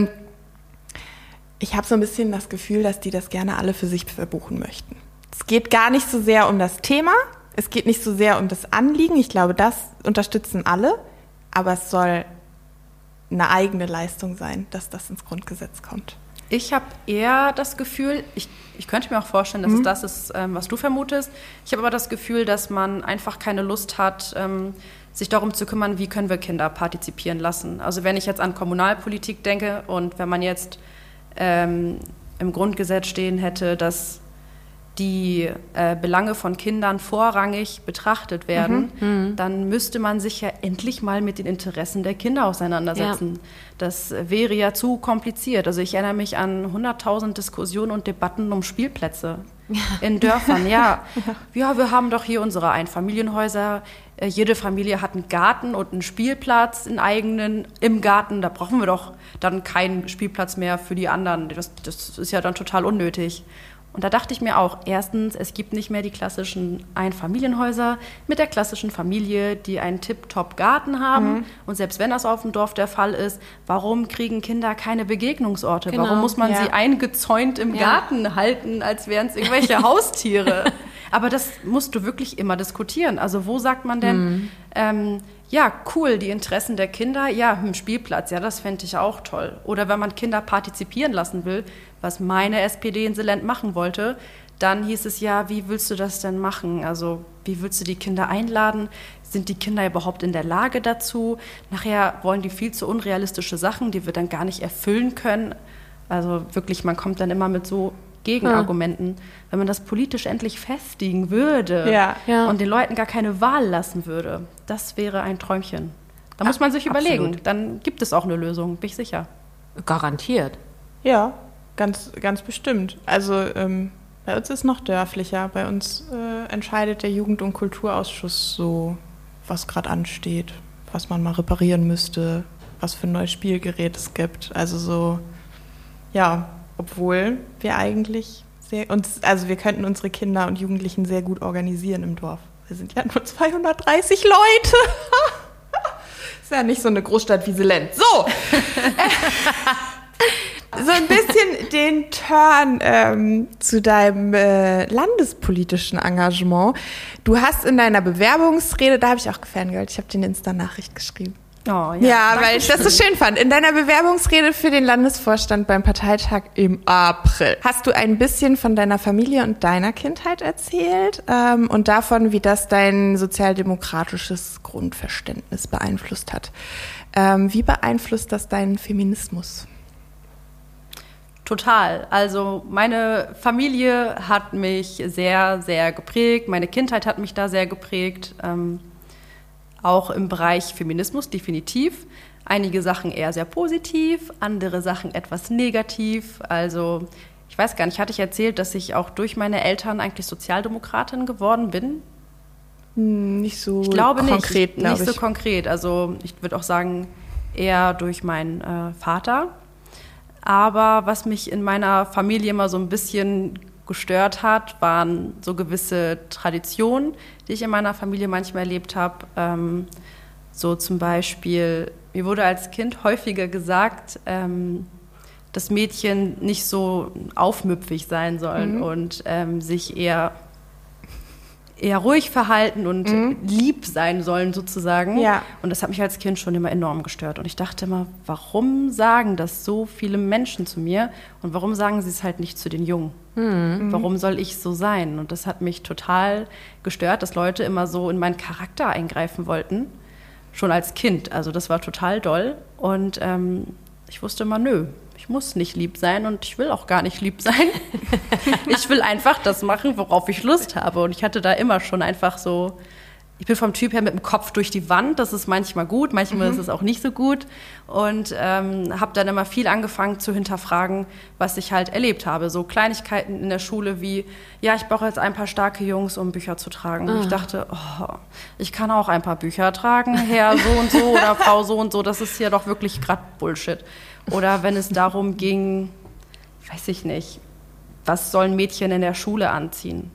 ich habe so ein bisschen das Gefühl, dass die das gerne alle für sich verbuchen möchten. Es geht gar nicht so sehr um das Thema, es geht nicht so sehr um das Anliegen. Ich glaube, das unterstützen alle, aber es soll eine eigene Leistung sein, dass das ins Grundgesetz kommt. Ich habe eher das Gefühl, ich könnte mir auch vorstellen, dass es das ist, was du vermutest. Ich habe aber das Gefühl, dass man einfach keine Lust hat, sich darum zu kümmern, wie können wir Kinder partizipieren lassen. Also wenn ich jetzt an Kommunalpolitik denke und wenn man jetzt im Grundgesetz stehen hätte, dass die Belange von Kindern vorrangig betrachtet werden, dann müsste man sich ja endlich mal mit den Interessen der Kinder auseinandersetzen. Ja. Das wäre ja zu kompliziert. Also ich erinnere mich an 100.000 Diskussionen und Debatten um Spielplätze. in Dörfern. Ja, wir haben doch hier unsere Einfamilienhäuser. Jede Familie hat einen Garten und einen Spielplatz, einen eigenen im Garten. Da brauchen wir doch dann keinen Spielplatz mehr für die anderen. Das ist ja dann total unnötig. Und da dachte ich mir auch, erstens, es gibt nicht mehr die klassischen Einfamilienhäuser mit der klassischen Familie, die einen Tip-Top-Garten haben. Und selbst wenn das auf dem Dorf der Fall ist, warum kriegen Kinder keine Begegnungsorte? Genau. Warum muss man sie eingezäunt im Garten halten, als wären es irgendwelche Haustiere? Aber das musst du wirklich immer diskutieren. Also wo sagt man denn, ja, cool, die Interessen der Kinder, ja, Spielplatz, ja, das fände ich auch toll. Oder wenn man Kinder partizipieren lassen will, was meine SPD in Selent machen wollte, dann hieß es ja, wie willst du das denn machen? Also wie willst du die Kinder einladen? Sind die Kinder überhaupt in der Lage dazu? Nachher wollen die viel zu unrealistische Sachen, die wir dann gar nicht erfüllen können. Also wirklich, man kommt dann immer mit so Gegenargumenten. Wenn man das politisch endlich festigen würde und den Leuten gar keine Wahl lassen würde, das wäre ein Träumchen. Da muss man sich überlegen. Dann gibt es auch eine Lösung, bin ich sicher. Garantiert. Ja, ganz, ganz bestimmt. Also bei uns ist noch dörflicher. Bei uns entscheidet der Jugend- und Kulturausschuss so, was gerade ansteht, was man mal reparieren müsste, was für ein neues Spielgerät es gibt. Also so, ja, obwohl wir eigentlich also wir könnten unsere Kinder und Jugendlichen sehr gut organisieren im Dorf. Wir sind ja nur 230 Leute. Ist ja nicht so eine Großstadt wie Selent. So! So ein bisschen den Turn zu deinem landespolitischen Engagement. Du hast in deiner Bewerbungsrede, da habe ich auch gefangirlt, ich habe dir eine Insta-Nachricht geschrieben. Oh, ja, weil ich das so schön fand. In deiner Bewerbungsrede für den Landesvorstand beim Parteitag im April hast du ein bisschen von deiner Familie und deiner Kindheit erzählt und davon, wie das dein sozialdemokratisches Grundverständnis beeinflusst hat. Wie beeinflusst das deinen Feminismus? Total. Also meine Familie hat mich sehr, sehr geprägt. Meine Kindheit hat mich da sehr geprägt. Auch im Bereich Feminismus definitiv. Einige Sachen eher sehr positiv, andere Sachen etwas negativ. Also ich weiß gar nicht, hatte ich erzählt, dass ich auch durch meine Eltern eigentlich Sozialdemokratin geworden bin? Nicht so ich glaube konkret, nicht so konkret. Also ich würde auch sagen, eher durch meinen Vater. Aber was mich in meiner Familie immer so ein bisschen gestört hat, waren so gewisse Traditionen, die ich in meiner Familie manchmal erlebt habe. So zum Beispiel, mir wurde als Kind häufiger gesagt, dass Mädchen nicht so aufmüpfig sein sollen und sich eher ruhig verhalten und lieb sein sollen sozusagen. Ja. Und das hat mich als Kind schon immer enorm gestört. Und ich dachte immer, warum sagen das so viele Menschen zu mir und warum sagen sie es halt nicht zu den Jungen? Warum soll ich so sein? Und das hat mich total gestört, dass Leute immer so in meinen Charakter eingreifen wollten, schon als Kind. Also das war total doll. Und ich wusste immer, nö, ich muss nicht lieb sein und ich will auch gar nicht lieb sein. Ich will einfach das machen, worauf ich Lust habe. Und ich hatte da immer schon einfach so, ich bin vom Typ her mit dem Kopf durch die Wand. Das ist manchmal gut, manchmal ist es auch nicht so gut. Und habe dann immer viel angefangen zu hinterfragen, was ich halt erlebt habe. So Kleinigkeiten in der Schule wie, ja, ich brauche jetzt ein paar starke Jungs, um Bücher zu tragen. Und ich dachte, ich kann auch ein paar Bücher tragen, Herr so und so oder Frau so und so. Das ist ja doch wirklich gerade Bullshit. Oder wenn es darum ging, weiß ich nicht, was sollen Mädchen in der Schule anziehen?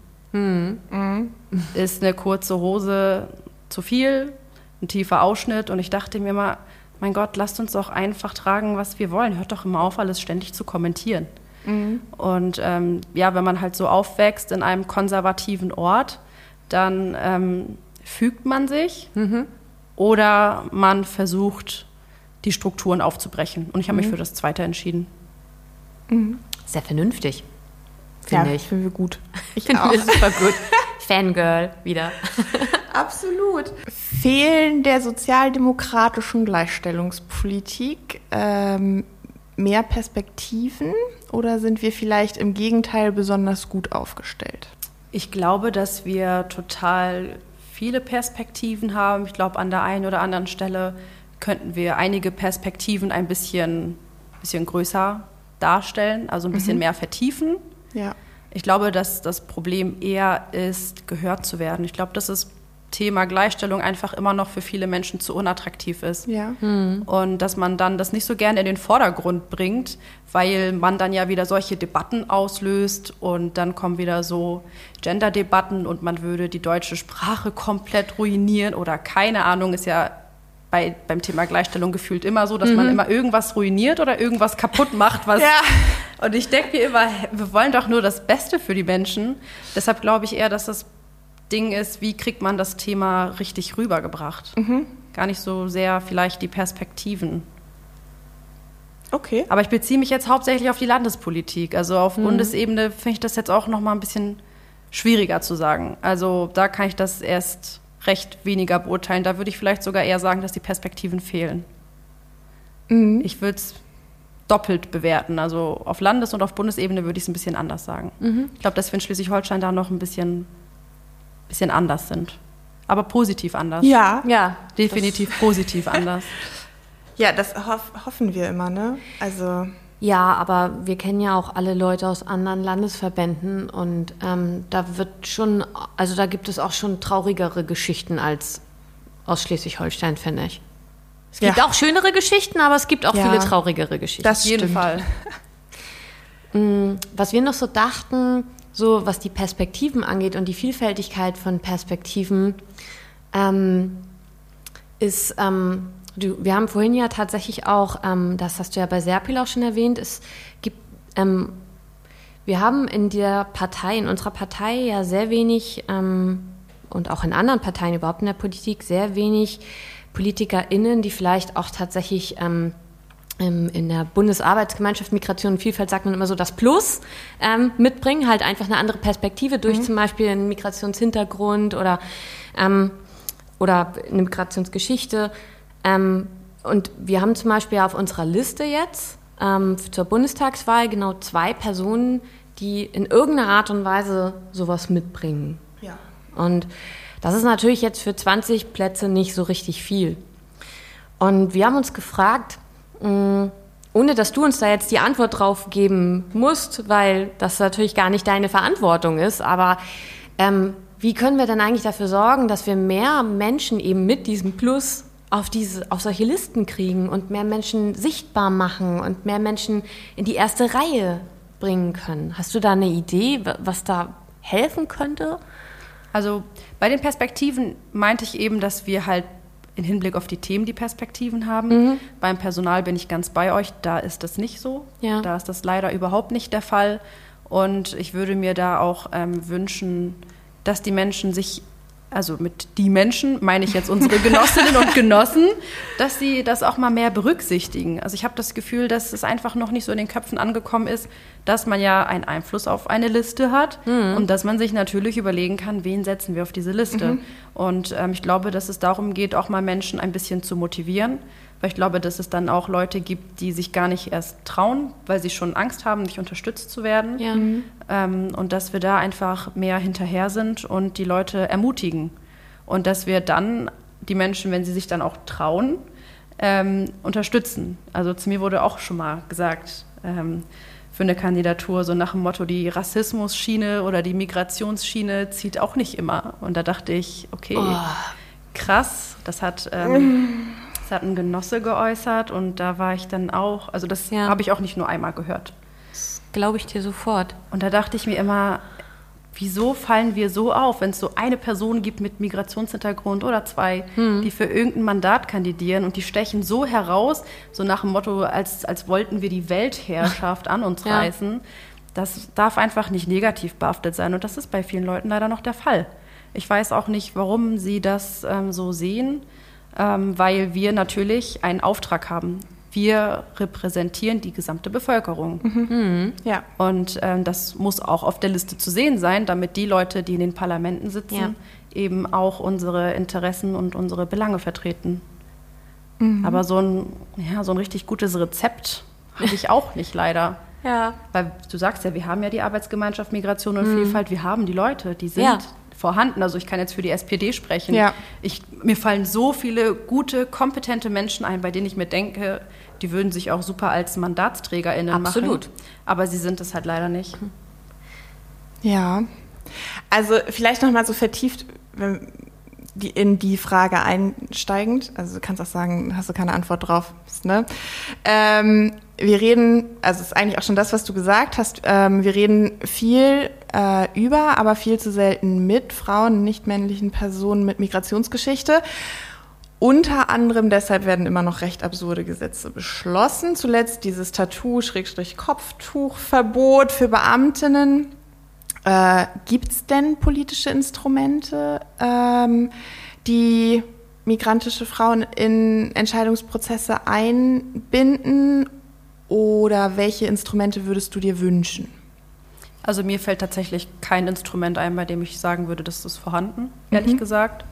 Ist eine kurze Hose zu viel, ein tiefer Ausschnitt? Und ich dachte mir immer, mein Gott, lasst uns doch einfach tragen, was wir wollen. Hört doch immer auf, alles ständig zu kommentieren. Und ja, wenn man halt so aufwächst in einem konservativen Ort, dann fügt man sich oder man versucht, die Strukturen aufzubrechen. Und ich habe mich für das Zweite entschieden. Sehr vernünftig, finde ich. Finden wir gut. Ich auch. Super gut. Fangirl wieder. Absolut. Fehlen der sozialdemokratischen Gleichstellungspolitik mehr Perspektiven oder sind wir vielleicht im Gegenteil besonders gut aufgestellt? Ich glaube, dass wir total viele Perspektiven haben. Ich glaube, an der einen oder anderen Stelle könnten wir einige Perspektiven ein bisschen größer darstellen, also ein bisschen mehr vertiefen. Ja. Ich glaube, dass das Problem eher ist, gehört zu werden. Ich glaube, dass das Thema Gleichstellung einfach immer noch für viele Menschen zu unattraktiv ist. Ja. Und dass man dann das nicht so gerne in den Vordergrund bringt, weil man dann ja wieder solche Debatten auslöst und dann kommen wieder so Gender-Debatten und man würde die deutsche Sprache komplett ruinieren oder keine Ahnung, ist ja beim Thema Gleichstellung gefühlt immer so, dass man immer irgendwas ruiniert oder irgendwas kaputt macht. Und ich denke mir immer, wir wollen doch nur das Beste für die Menschen. Deshalb glaube ich eher, dass das Ding ist, wie kriegt man das Thema richtig rübergebracht? Gar nicht so sehr vielleicht die Perspektiven. Okay. Aber ich beziehe mich jetzt hauptsächlich auf die Landespolitik. Also auf Bundesebene finde ich das jetzt auch noch mal ein bisschen schwieriger zu sagen. Also da kann ich das erst recht weniger beurteilen. Da würde ich vielleicht sogar eher sagen, dass die Perspektiven fehlen. Ich würde es doppelt bewerten. Also auf Landes- und auf Bundesebene würde ich es ein bisschen anders sagen. Ich glaube, dass wir in Schleswig-Holstein da noch ein bisschen anders sind. Aber positiv anders. Ja. Ja. Definitiv positiv anders. Ja, das hoffen wir immer, ne? Also. Ja, aber wir kennen ja auch alle Leute aus anderen Landesverbänden und da gibt es auch schon traurigere Geschichten als aus Schleswig-Holstein, finde ich. Es gibt auch schönere Geschichten, aber es gibt auch viele traurigere Geschichten. Das Auf jeden Fall. Was wir noch so dachten, so was die Perspektiven angeht und die Vielfältigkeit von Perspektiven, ist, wir haben vorhin ja tatsächlich auch, das hast du ja bei Serpil auch schon erwähnt, wir haben in unserer Partei ja sehr wenig, und auch in anderen Parteien überhaupt in der Politik, sehr wenig PolitikerInnen, die vielleicht auch tatsächlich in der Bundesarbeitsgemeinschaft Migration und Vielfalt sagt man immer so das Plus mitbringen, halt einfach eine andere Perspektive durch zum Beispiel einen Migrationshintergrund oder eine Migrationsgeschichte. Und wir haben zum Beispiel auf unserer Liste jetzt zur Bundestagswahl genau 2 Personen, die in irgendeiner Art und Weise sowas mitbringen. Ja. Und das ist natürlich jetzt für 20 Plätze nicht so richtig viel. Und wir haben uns gefragt, ohne dass du uns da jetzt die Antwort drauf geben musst, weil das natürlich gar nicht deine Verantwortung ist, aber wie können wir denn eigentlich dafür sorgen, dass wir mehr Menschen eben mit diesem Plus auf solche Listen kriegen und mehr Menschen sichtbar machen und mehr Menschen in die erste Reihe bringen können? Hast du da eine Idee, was da helfen könnte? Also bei den Perspektiven meinte ich eben, dass wir halt im Hinblick auf die Themen die Perspektiven haben. Beim Personal bin ich ganz bei euch, da ist das nicht so. Ja. Da ist das leider überhaupt nicht der Fall. Und ich würde mir da auch wünschen, dass die Menschen sich, also mit die Menschen meine ich jetzt unsere Genossinnen und Genossen, dass sie das auch mal mehr berücksichtigen. Also ich habe das Gefühl, dass es einfach noch nicht so in den Köpfen angekommen ist, dass man ja einen Einfluss auf eine Liste hat und dass man sich natürlich überlegen kann, wen setzen wir auf diese Liste. Und ich glaube, dass es darum geht, auch mal Menschen ein bisschen zu motivieren, weil ich glaube, dass es dann auch Leute gibt, die sich gar nicht erst trauen, weil sie schon Angst haben, nicht unterstützt zu werden. Ja. Und dass wir da einfach mehr hinterher sind und die Leute ermutigen. Und dass wir dann die Menschen, wenn sie sich dann auch trauen, unterstützen. Also zu mir wurde auch schon mal gesagt, für eine Kandidatur so nach dem Motto, die Rassismus-Schiene oder die Migrationsschiene zieht auch nicht immer. Und da dachte ich, okay, krass, das hat ein Genosse geäußert und da war ich dann auch, also das habe ich auch nicht nur einmal gehört. Das glaube ich dir sofort. Und da dachte ich mir immer, wieso fallen wir so auf, wenn es so eine Person gibt mit Migrationshintergrund oder 2, die für irgendein Mandat kandidieren und die stechen so heraus, so nach dem Motto, als wollten wir die Weltherrschaft an uns reißen. Das darf einfach nicht negativ behaftet sein und das ist bei vielen Leuten leider noch der Fall. Ich weiß auch nicht, warum sie das so sehen, weil wir natürlich einen Auftrag haben. Wir repräsentieren die gesamte Bevölkerung. Ja. Und das muss auch auf der Liste zu sehen sein, damit die Leute, die in den Parlamenten sitzen, eben auch unsere Interessen und unsere Belange vertreten. Aber so ein richtig gutes Rezept habe ich auch nicht, leider. Ja. Weil du sagst ja, wir haben ja die Arbeitsgemeinschaft Migration und Vielfalt, wir haben die Leute, die sind vorhanden. Also ich kann jetzt für die SPD sprechen. Ja. Mir fallen so viele gute, kompetente Menschen ein, bei denen ich mir denke, die würden sich auch super als MandatsträgerInnen Absolut. machen. Aber sie sind es halt leider nicht. Ja, also vielleicht nochmal so vertieft in die Frage einsteigend, also du kannst auch sagen, hast du keine Antwort drauf, ne? Wir reden, also ist eigentlich auch schon das, was du gesagt hast, wir reden viel über, aber viel zu selten mit Frauen, nicht männlichen Personen mit Migrationsgeschichte. Unter anderem deshalb werden immer noch recht absurde Gesetze beschlossen. Zuletzt dieses Tattoo-Kopftuchverbot für Beamtinnen. Gibt es denn politische Instrumente, die migrantische Frauen in Entscheidungsprozesse einbinden? Oder welche Instrumente würdest du dir wünschen? Also mir fällt tatsächlich kein Instrument ein, bei dem ich sagen würde, das ist vorhanden, ehrlich gesagt.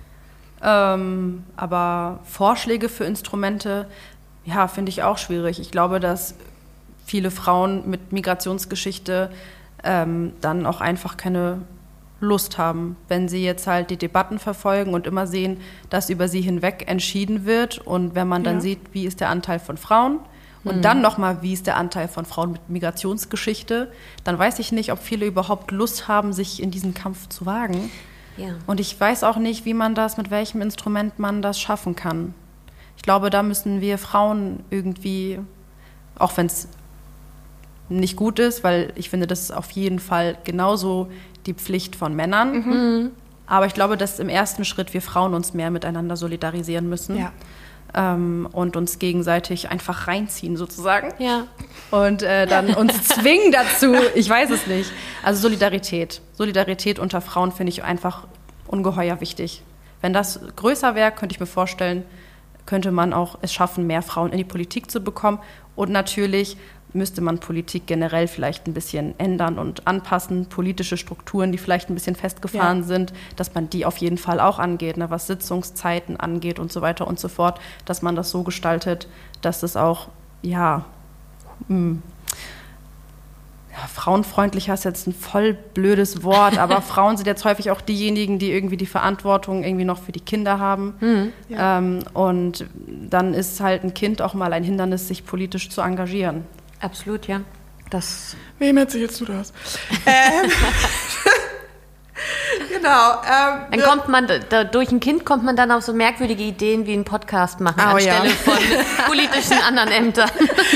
Aber Vorschläge für Instrumente, ja, finde ich auch schwierig. Ich glaube, dass viele Frauen mit Migrationsgeschichte dann auch einfach keine Lust haben, wenn sie jetzt halt die Debatten verfolgen und immer sehen, dass über sie hinweg entschieden wird. Und wenn man dann sieht, wie ist der Anteil von Frauen und dann nochmal, wie ist der Anteil von Frauen mit Migrationsgeschichte, dann weiß ich nicht, ob viele überhaupt Lust haben, sich in diesen Kampf zu wagen. Ja. Und ich weiß auch nicht, wie man das, mit welchem Instrument man das schaffen kann. Ich glaube, da müssen wir Frauen irgendwie, auch wenn es nicht gut ist, weil ich finde, das ist auf jeden Fall genauso die Pflicht von Männern. Aber ich glaube, dass im ersten Schritt wir Frauen uns mehr miteinander solidarisieren müssen. Ja. Und uns gegenseitig einfach reinziehen sozusagen. Ja. Und dann uns zwingen dazu, ich weiß es nicht. Also Solidarität unter Frauen finde ich einfach ungeheuer wichtig. Wenn das größer wäre, könnte ich mir vorstellen, könnte man auch es schaffen, mehr Frauen in die Politik zu bekommen. Und natürlich müsste man Politik generell vielleicht ein bisschen ändern und anpassen, politische Strukturen, die vielleicht ein bisschen festgefahren sind, dass man die auf jeden Fall auch angeht, ne, was Sitzungszeiten angeht und so weiter und so fort, dass man das so gestaltet, dass es auch, frauenfreundlicher ist jetzt ein voll blödes Wort, aber Frauen sind jetzt häufig auch diejenigen, die irgendwie die Verantwortung irgendwie noch für die Kinder haben. Und dann ist halt ein Kind auch mal ein Hindernis, sich politisch zu engagieren. Absolut, ja. Wem erzählst du das? Genau. Dann kommt man, durch ein Kind kommt man dann auf so merkwürdige Ideen wie einen Podcast machen, anstelle von politischen anderen Ämtern.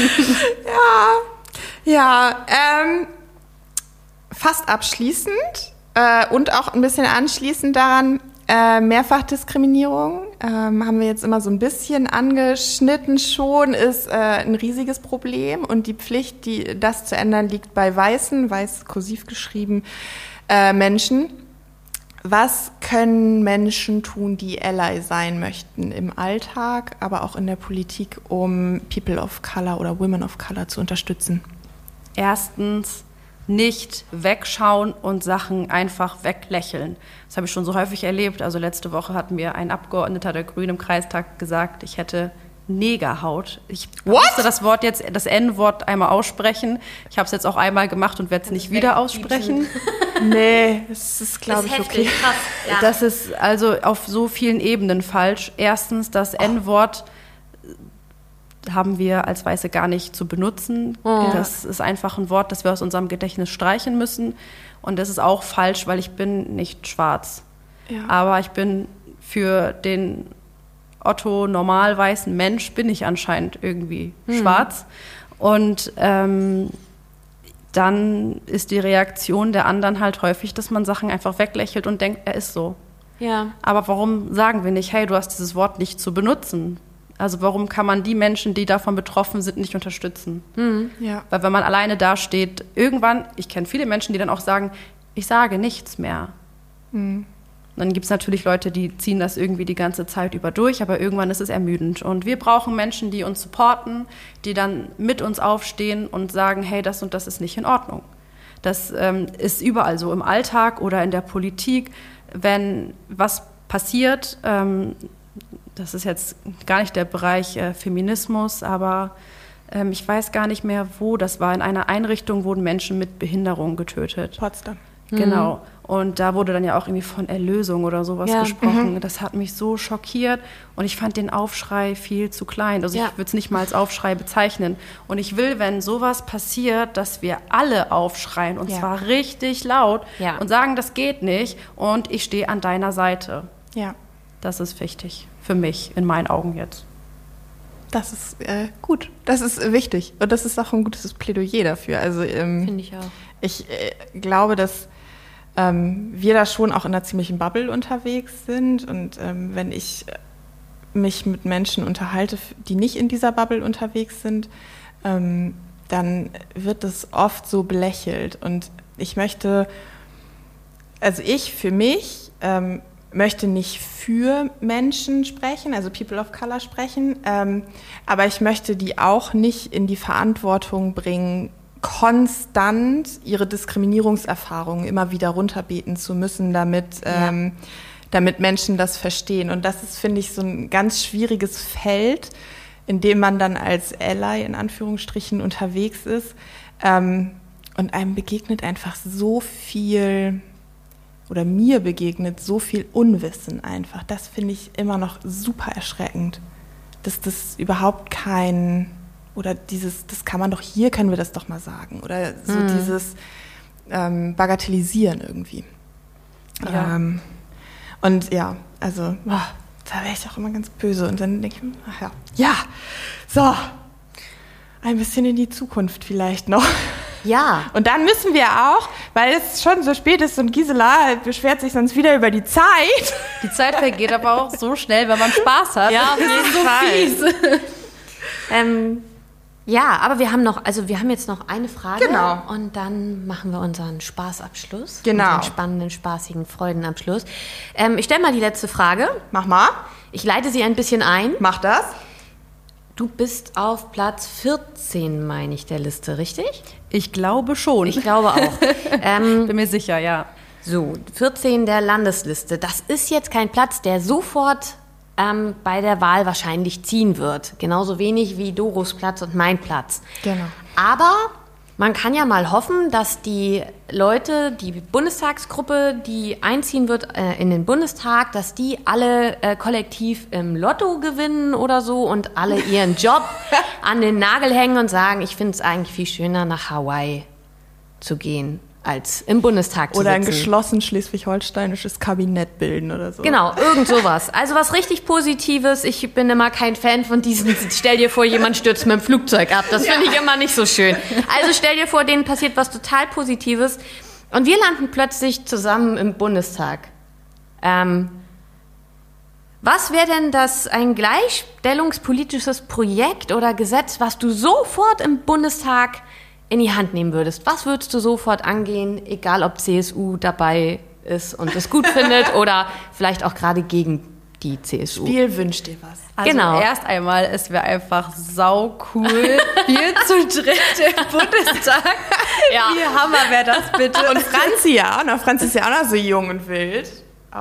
Fast abschließend und auch ein bisschen anschließend daran, Mehrfachdiskriminierung, haben wir jetzt immer so ein bisschen angeschnitten schon, ist ein riesiges Problem und die Pflicht, das zu ändern, liegt bei weißen, weiß kursiv geschrieben, Menschen. Was können Menschen tun, die Ally sein möchten im Alltag, aber auch in der Politik, um People of Color oder Women of Color zu unterstützen? Erstens, nicht wegschauen und Sachen einfach weglächeln. Das habe ich schon so häufig erlebt. Also letzte Woche hat mir ein Abgeordneter der Grünen im Kreistag gesagt, ich hätte Negerhaut. Ich musste das N-Wort einmal aussprechen. Ich habe es jetzt auch einmal gemacht und werde es nicht wieder aussprechen. Nee, das ist, glaube ich, okay. Krass, ja. Das ist also auf so vielen Ebenen falsch. Erstens, das N-Wort haben wir als Weiße gar nicht zu benutzen. Das ist einfach ein Wort, das wir aus unserem Gedächtnis streichen müssen. Und das ist auch falsch, weil ich bin nicht schwarz. Ja. Aber ich bin für den Otto normal weißen Mensch bin ich anscheinend irgendwie schwarz. Und dann ist die Reaktion der anderen halt häufig, dass man Sachen einfach weglächelt und denkt, er ist so. Ja. Aber warum sagen wir nicht, hey, du hast dieses Wort nicht zu benutzen? Also warum kann man die Menschen, die davon betroffen sind, nicht unterstützen? Ja. Weil wenn man alleine dasteht, irgendwann, ich kenne viele Menschen, die dann auch sagen, ich sage nichts mehr. Dann gibt es natürlich Leute, die ziehen das irgendwie die ganze Zeit über durch, aber irgendwann ist es ermüdend. Und wir brauchen Menschen, die uns supporten, die dann mit uns aufstehen und sagen, hey, das und das ist nicht in Ordnung. Das ist überall so, im Alltag oder in der Politik. Wenn was passiert, das ist jetzt gar nicht der Bereich Feminismus, aber ich weiß gar nicht mehr, wo das war. In einer Einrichtung wurden Menschen mit Behinderung getötet. Potsdam. Genau. Und da wurde dann ja auch irgendwie von Erlösung oder sowas gesprochen. Das hat mich so schockiert und ich fand den Aufschrei viel zu klein. Also ich würde es nicht mal als Aufschrei bezeichnen. Und ich will, wenn sowas passiert, dass wir alle aufschreien und zwar richtig laut und sagen, das geht nicht und ich stehe an deiner Seite. Ja. Das ist wichtig für mich, in meinen Augen jetzt. Das ist gut. Das ist wichtig. Und das ist auch ein gutes Plädoyer dafür. Also Finde ich auch. Ich glaube, dass wir da schon auch in einer ziemlichen Bubble unterwegs sind. Und wenn ich mich mit Menschen unterhalte, die nicht in dieser Bubble unterwegs sind, dann wird das oft so belächelt. Und ich möchte für mich möchte nicht für Menschen sprechen, also People of Color sprechen, aber ich möchte die auch nicht in die Verantwortung bringen, konstant ihre Diskriminierungserfahrungen immer wieder runterbeten zu müssen, damit Menschen das verstehen. Und das ist, finde ich, so ein ganz schwieriges Feld, in dem man dann als Ally in Anführungsstrichen unterwegs ist. Und einem begegnet einfach so viel, oder mir begegnet so viel Unwissen einfach. Das finde ich immer noch super erschreckend, dass das überhaupt oder das kann man doch, hier können wir das doch mal sagen. Oder so dieses Bagatellisieren irgendwie. Ja. Und ja, also da wäre ich auch immer ganz böse. Und dann denke ich mir, ach ja, so, ein bisschen in die Zukunft vielleicht noch. Ja. Und dann müssen wir auch, weil es schon so spät ist und Gisela beschwert sich sonst wieder über die Zeit. Die Zeit vergeht aber auch so schnell, wenn man Spaß hat. Ja, auf jeden Fall. Ja, aber wir haben jetzt noch eine Frage. Genau. Und dann machen wir unseren Spaßabschluss. Genau. Unseren spannenden, spaßigen Freudenabschluss. Ich stelle mal die letzte Frage. Mach mal. Ich leite sie ein bisschen ein. Mach das. Du bist auf Platz 14, meine ich, der Liste, richtig? Ich glaube schon. Ich glaube auch. Bin mir sicher, ja. So, 14 der Landesliste. Das ist jetzt kein Platz, der sofort bei der Wahl wahrscheinlich ziehen wird. Genauso wenig wie Doros Platz und mein Platz. Genau. Aber man kann ja mal hoffen, dass die Leute, die Bundestagsgruppe, die einziehen wird in den Bundestag, dass die alle kollektiv im Lotto gewinnen oder so und alle ihren Job an den Nagel hängen und sagen, ich finde es eigentlich viel schöner, nach Hawaii zu gehen, als im Bundestag zu Oder ein sitzen. geschlossen schleswig-holsteinisches Kabinett bilden oder so. Genau, irgend sowas. Also was richtig Positives. Ich bin immer kein Fan von diesen, stell dir vor, jemand stürzt mit dem Flugzeug ab. Das finde ich immer nicht so schön. Also stell dir vor, denen passiert was total Positives und wir landen plötzlich zusammen im Bundestag. Was wäre denn ein gleichstellungspolitisches Projekt oder Gesetz, was du sofort im Bundestag in die Hand nehmen würdest? Was würdest du sofort angehen, egal ob CSU dabei ist und es gut findet oder vielleicht auch gerade gegen die CSU? Spiel wünscht dir was. Also Genau. erst einmal, es wäre einfach sau cool, wir zu dritt im Bundestag. Ja. Wie Hammer wäre das bitte? Und Franzi ja, Franzi ist ja auch noch so jung und wild.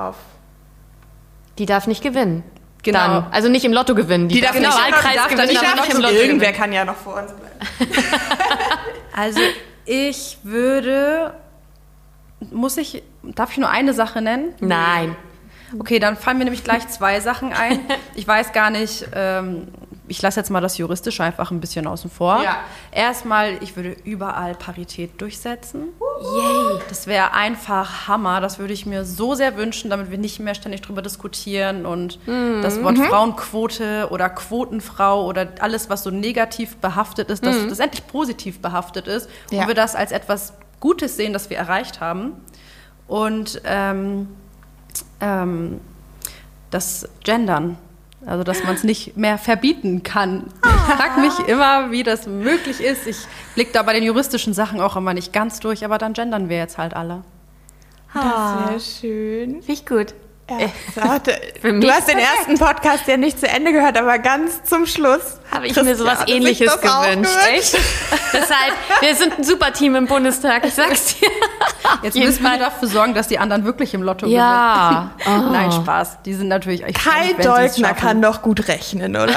Die darf nicht gewinnen. Genau. Dann. Also nicht im Lotto gewinnen. Die darf nicht im Wahlkreis die darf gewinnen, nicht aber nicht im Lotto Irgendwer gewinnen. kann ja noch vor uns bleiben. Also ich darf ich nur eine Sache nennen? Nein. Okay, dann fallen mir nämlich gleich zwei Sachen ein. Ich weiß gar nicht, ich lasse jetzt mal das Juristische einfach ein bisschen außen vor. Ja. Erstmal, ich würde überall Parität durchsetzen. Yay. Das wäre einfach Hammer. Das würde ich mir so sehr wünschen, damit wir nicht mehr ständig drüber diskutieren und das Wort Frauenquote oder Quotenfrau oder alles, was so negativ behaftet ist, dass das endlich positiv behaftet ist Ja. und wir das als etwas Gutes sehen, das wir erreicht haben. Und das Gendern. Also, dass man es nicht mehr verbieten kann. Ich frage mich immer, wie das möglich ist. Ich blicke da bei den juristischen Sachen auch immer nicht ganz durch, aber dann gendern wir jetzt halt alle. Das wäre schön. Finde ich gut. Ja. Für mich Du hast den ersten Podcast ja nicht zu Ende gehört, aber ganz zum Schluss Habe ich mir sowas Christiane sich Ähnliches das auch gewünscht. gewünscht. Echt? Deshalb, wir sind ein super Team im Bundestag, ich sag's dir. Jetzt müssen wir dafür sorgen, dass die anderen wirklich im Lotto Ja. gewinnen. Nein, Spaß. Die sind natürlich echt Kai wenn sie's Deutner schaffen. kann doch gut rechnen, oder?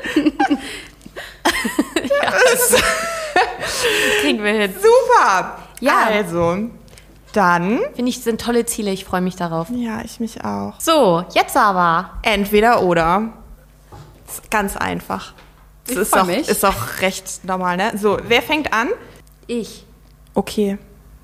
Kriegen wir hin. Super! Ja. Also, dann. Finde ich, sind tolle Ziele. Ich freue mich darauf. Ja, ich mich auch. So, jetzt aber. Entweder oder. Ist ganz einfach. Ich freu mich. Ist auch recht normal, ne? So, wer fängt an? Ich. Okay.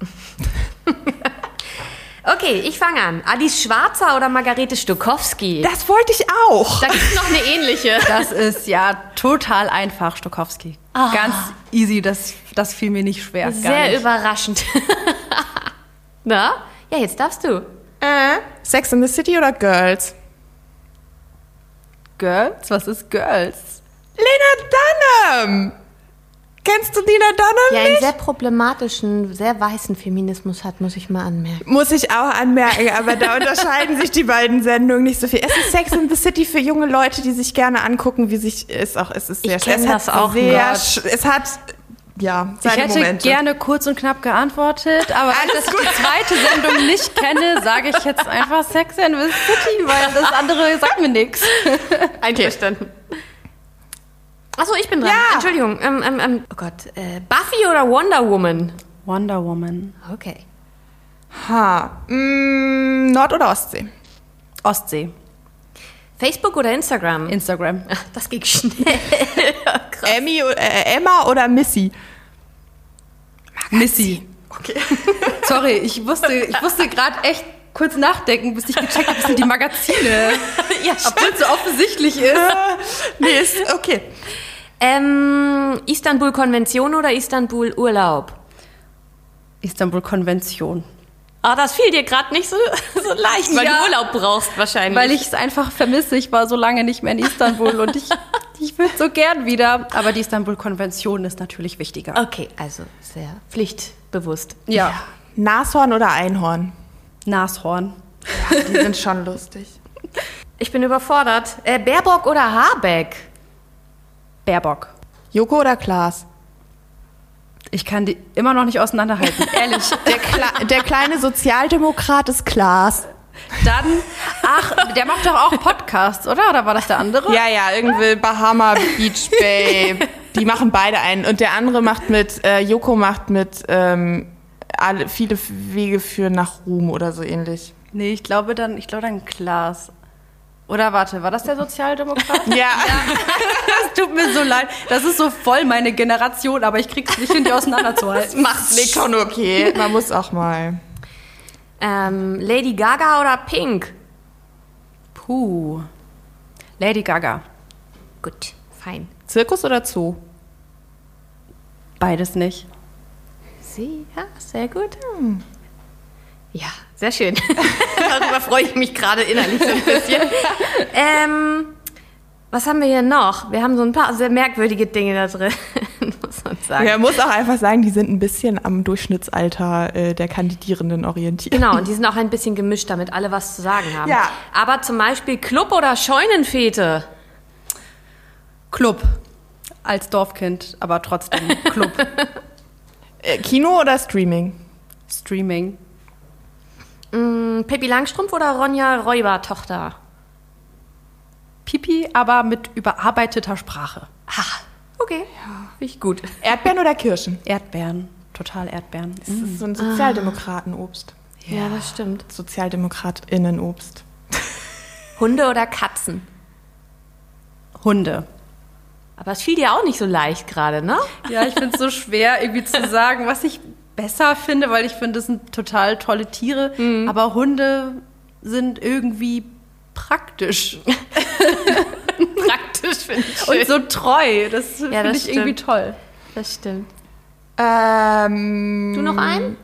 Okay, ich fange an. Alice Schwarzer oder Margarete Stokowski? Das wollte ich auch. Da gibt es noch eine ähnliche. Das ist ja total einfach, Stokowski. Ganz easy, das fiel mir nicht schwer. gar Sehr nicht. überraschend. Na? Ja, jetzt darfst du. Sex in the City oder Girls? Girls? Was ist Girls? Lena Dunham! Kennst du Lena Dunham Ja, einen nicht? sehr problematischen, sehr weißen Feminismus hat, muss ich mal anmerken. Muss ich auch anmerken, aber da unterscheiden sich die beiden Sendungen nicht so viel. Es ist Sex in the City für junge Leute, die sich gerne angucken, wie sich es ist sehr Ich kenn es das hat auch sehr nicht. es hat ja Ich seine hätte Momente. gerne kurz und knapp geantwortet, aber weil ich die zweite Sendung nicht kenne, sage ich jetzt einfach Sex in the City, weil das andere sagt mir nichts. Einverstanden. Achso, ich bin dran. Ja. Entschuldigung. Oh Gott. Buffy oder Wonder Woman? Wonder Woman. Okay. Nord- oder Ostsee? Ostsee. Facebook oder Instagram? Instagram. Ach, das ging schnell. Emma oder Missy? Missy. Okay. Sorry, ich musste gerade echt kurz nachdenken, bis ich gecheckt habe, das sind die Magazine. Ja, Obwohl es so offensichtlich ist. Nee, ist okay. Istanbul-Konvention oder Istanbul-Urlaub? Istanbul-Konvention. Ah, das fiel dir gerade nicht so leicht, weil Ja. du Urlaub brauchst wahrscheinlich. Weil ich es einfach vermisse. Ich war so lange nicht mehr in Istanbul und ich würde so gern wieder. Aber die Istanbul-Konvention ist natürlich wichtiger. Okay, also sehr pflichtbewusst. Ja. Nashorn oder Einhorn? Nashorn. Die sind schon lustig. Ich bin überfordert. Baerbock oder Habeck? Baerbock. Joko oder Klaas? Ich kann die immer noch nicht auseinanderhalten, ehrlich. Der kleine Sozialdemokrat ist Klaas. Dann, der macht doch auch Podcasts, oder? Oder war das der andere? Ja, irgendwie Bahama Beach Bay. Die machen beide einen. Und der andere macht Joko macht mit viele Wege führen nach Ruhm oder so ähnlich. Nee, ich glaube dann Klaas. Oder warte, war das der Sozialdemokrat? Ja. Es tut mir so leid. Das ist so voll meine Generation, aber ich krieg's nicht hin, die auseinanderzuhalten. Macht nichts. Schon okay. Man muss auch mal. Lady Gaga oder Pink? Puh. Lady Gaga. Gut, fein. Zirkus oder Zoo? Beides nicht. Sie, ja, sehr gut. Ja, sehr schön. Darüber freue ich mich gerade innerlich so ein bisschen. Was haben wir hier noch? Wir haben so ein paar sehr merkwürdige Dinge da drin, muss man sagen. Ja, man muss auch einfach sagen, die sind ein bisschen am Durchschnittsalter der Kandidierenden orientiert. Genau, und die sind auch ein bisschen gemischt, damit alle was zu sagen haben. Ja. Aber zum Beispiel Club oder Scheunenfete? Club. Als Dorfkind, aber trotzdem Club. Kino oder Streaming? Streaming. Pippi Langstrumpf oder Ronja Räubertochter? Pipi, aber mit überarbeiteter Sprache. Okay, ja. Finde ich gut. Erdbeeren oder Kirschen? Erdbeeren. Total Erdbeeren. Das ist so ein Sozialdemokratenobst. Ja, das stimmt. SozialdemokratInnenobst. Hunde oder Katzen? Hunde. Aber es fiel dir auch nicht so leicht gerade, ne? Ja, ich finde es so schwer, irgendwie zu sagen, was ich besser finde, weil ich finde, das sind total tolle Tiere. Aber Hunde sind irgendwie praktisch. Praktisch finde ich schön. Und so treu. Das finde ich stimmt. irgendwie toll. Das stimmt. Du Du noch einen?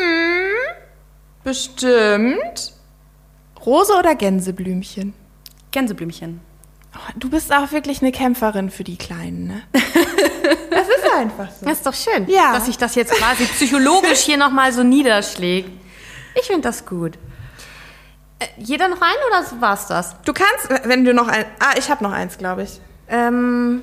Bestimmt. Rose oder Gänseblümchen? Gänseblümchen. Oh, du bist auch wirklich eine Kämpferin für die Kleinen, ne? Das ist einfach so. Das ist doch schön, Ja. dass sich das jetzt quasi psychologisch hier nochmal so niederschlägt. Ich finde das gut. Jeder noch einen oder war's das? Du kannst, wenn du noch ein... ich habe noch eins, glaube ich. Du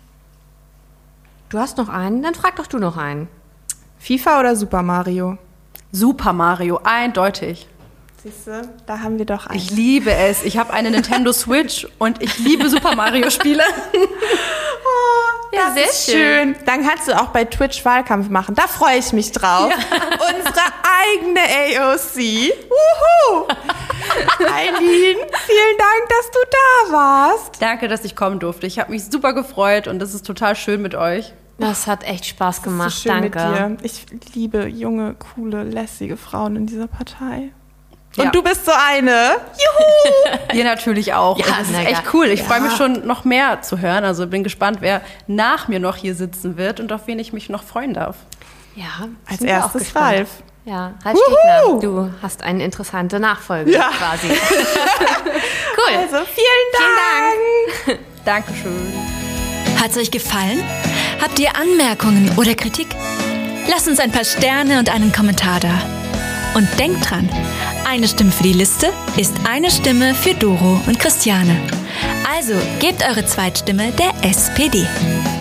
hast noch einen? Dann frag doch du noch einen. FIFA oder Super Mario? Super Mario, eindeutig. Siehst du, da haben wir doch eins. Ich liebe es. Ich habe eine Nintendo Switch und ich liebe Super Mario Spiele. Ja, das ist schön. Dann kannst du auch bei Twitch Wahlkampf machen. Da freue ich mich drauf. Ja. Unsere eigene AOC. Wuhu! Eileen, vielen Dank, dass du da warst. Danke, dass ich kommen durfte. Ich habe mich super gefreut und es ist total schön mit euch. Das hat echt Spaß gemacht. Das ist so schön Danke. mit dir. Ich liebe junge, coole, lässige Frauen in dieser Partei. Und Ja. du bist so eine. Juhu! Ihr natürlich auch. Ja, Und das ist na echt ja. cool. Ich freue mich schon, noch mehr zu hören. Also bin gespannt, wer nach mir noch hier sitzen wird und auf wen ich mich noch freuen darf. Ja, Als sind wir auch erstes gespannt. Ralf. Ja, Ralf Wuhu! Stegner, du hast eine interessante Nachfolge Ja. quasi. Cool. Also vielen Dank. Dankeschön. Hat's euch gefallen? Habt ihr Anmerkungen oder Kritik? Lasst uns ein paar Sterne und einen Kommentar da. Und denkt dran, eine Stimme für die Liste ist eine Stimme für Doro und Christiane. Also gebt eure Zweitstimme der SPD.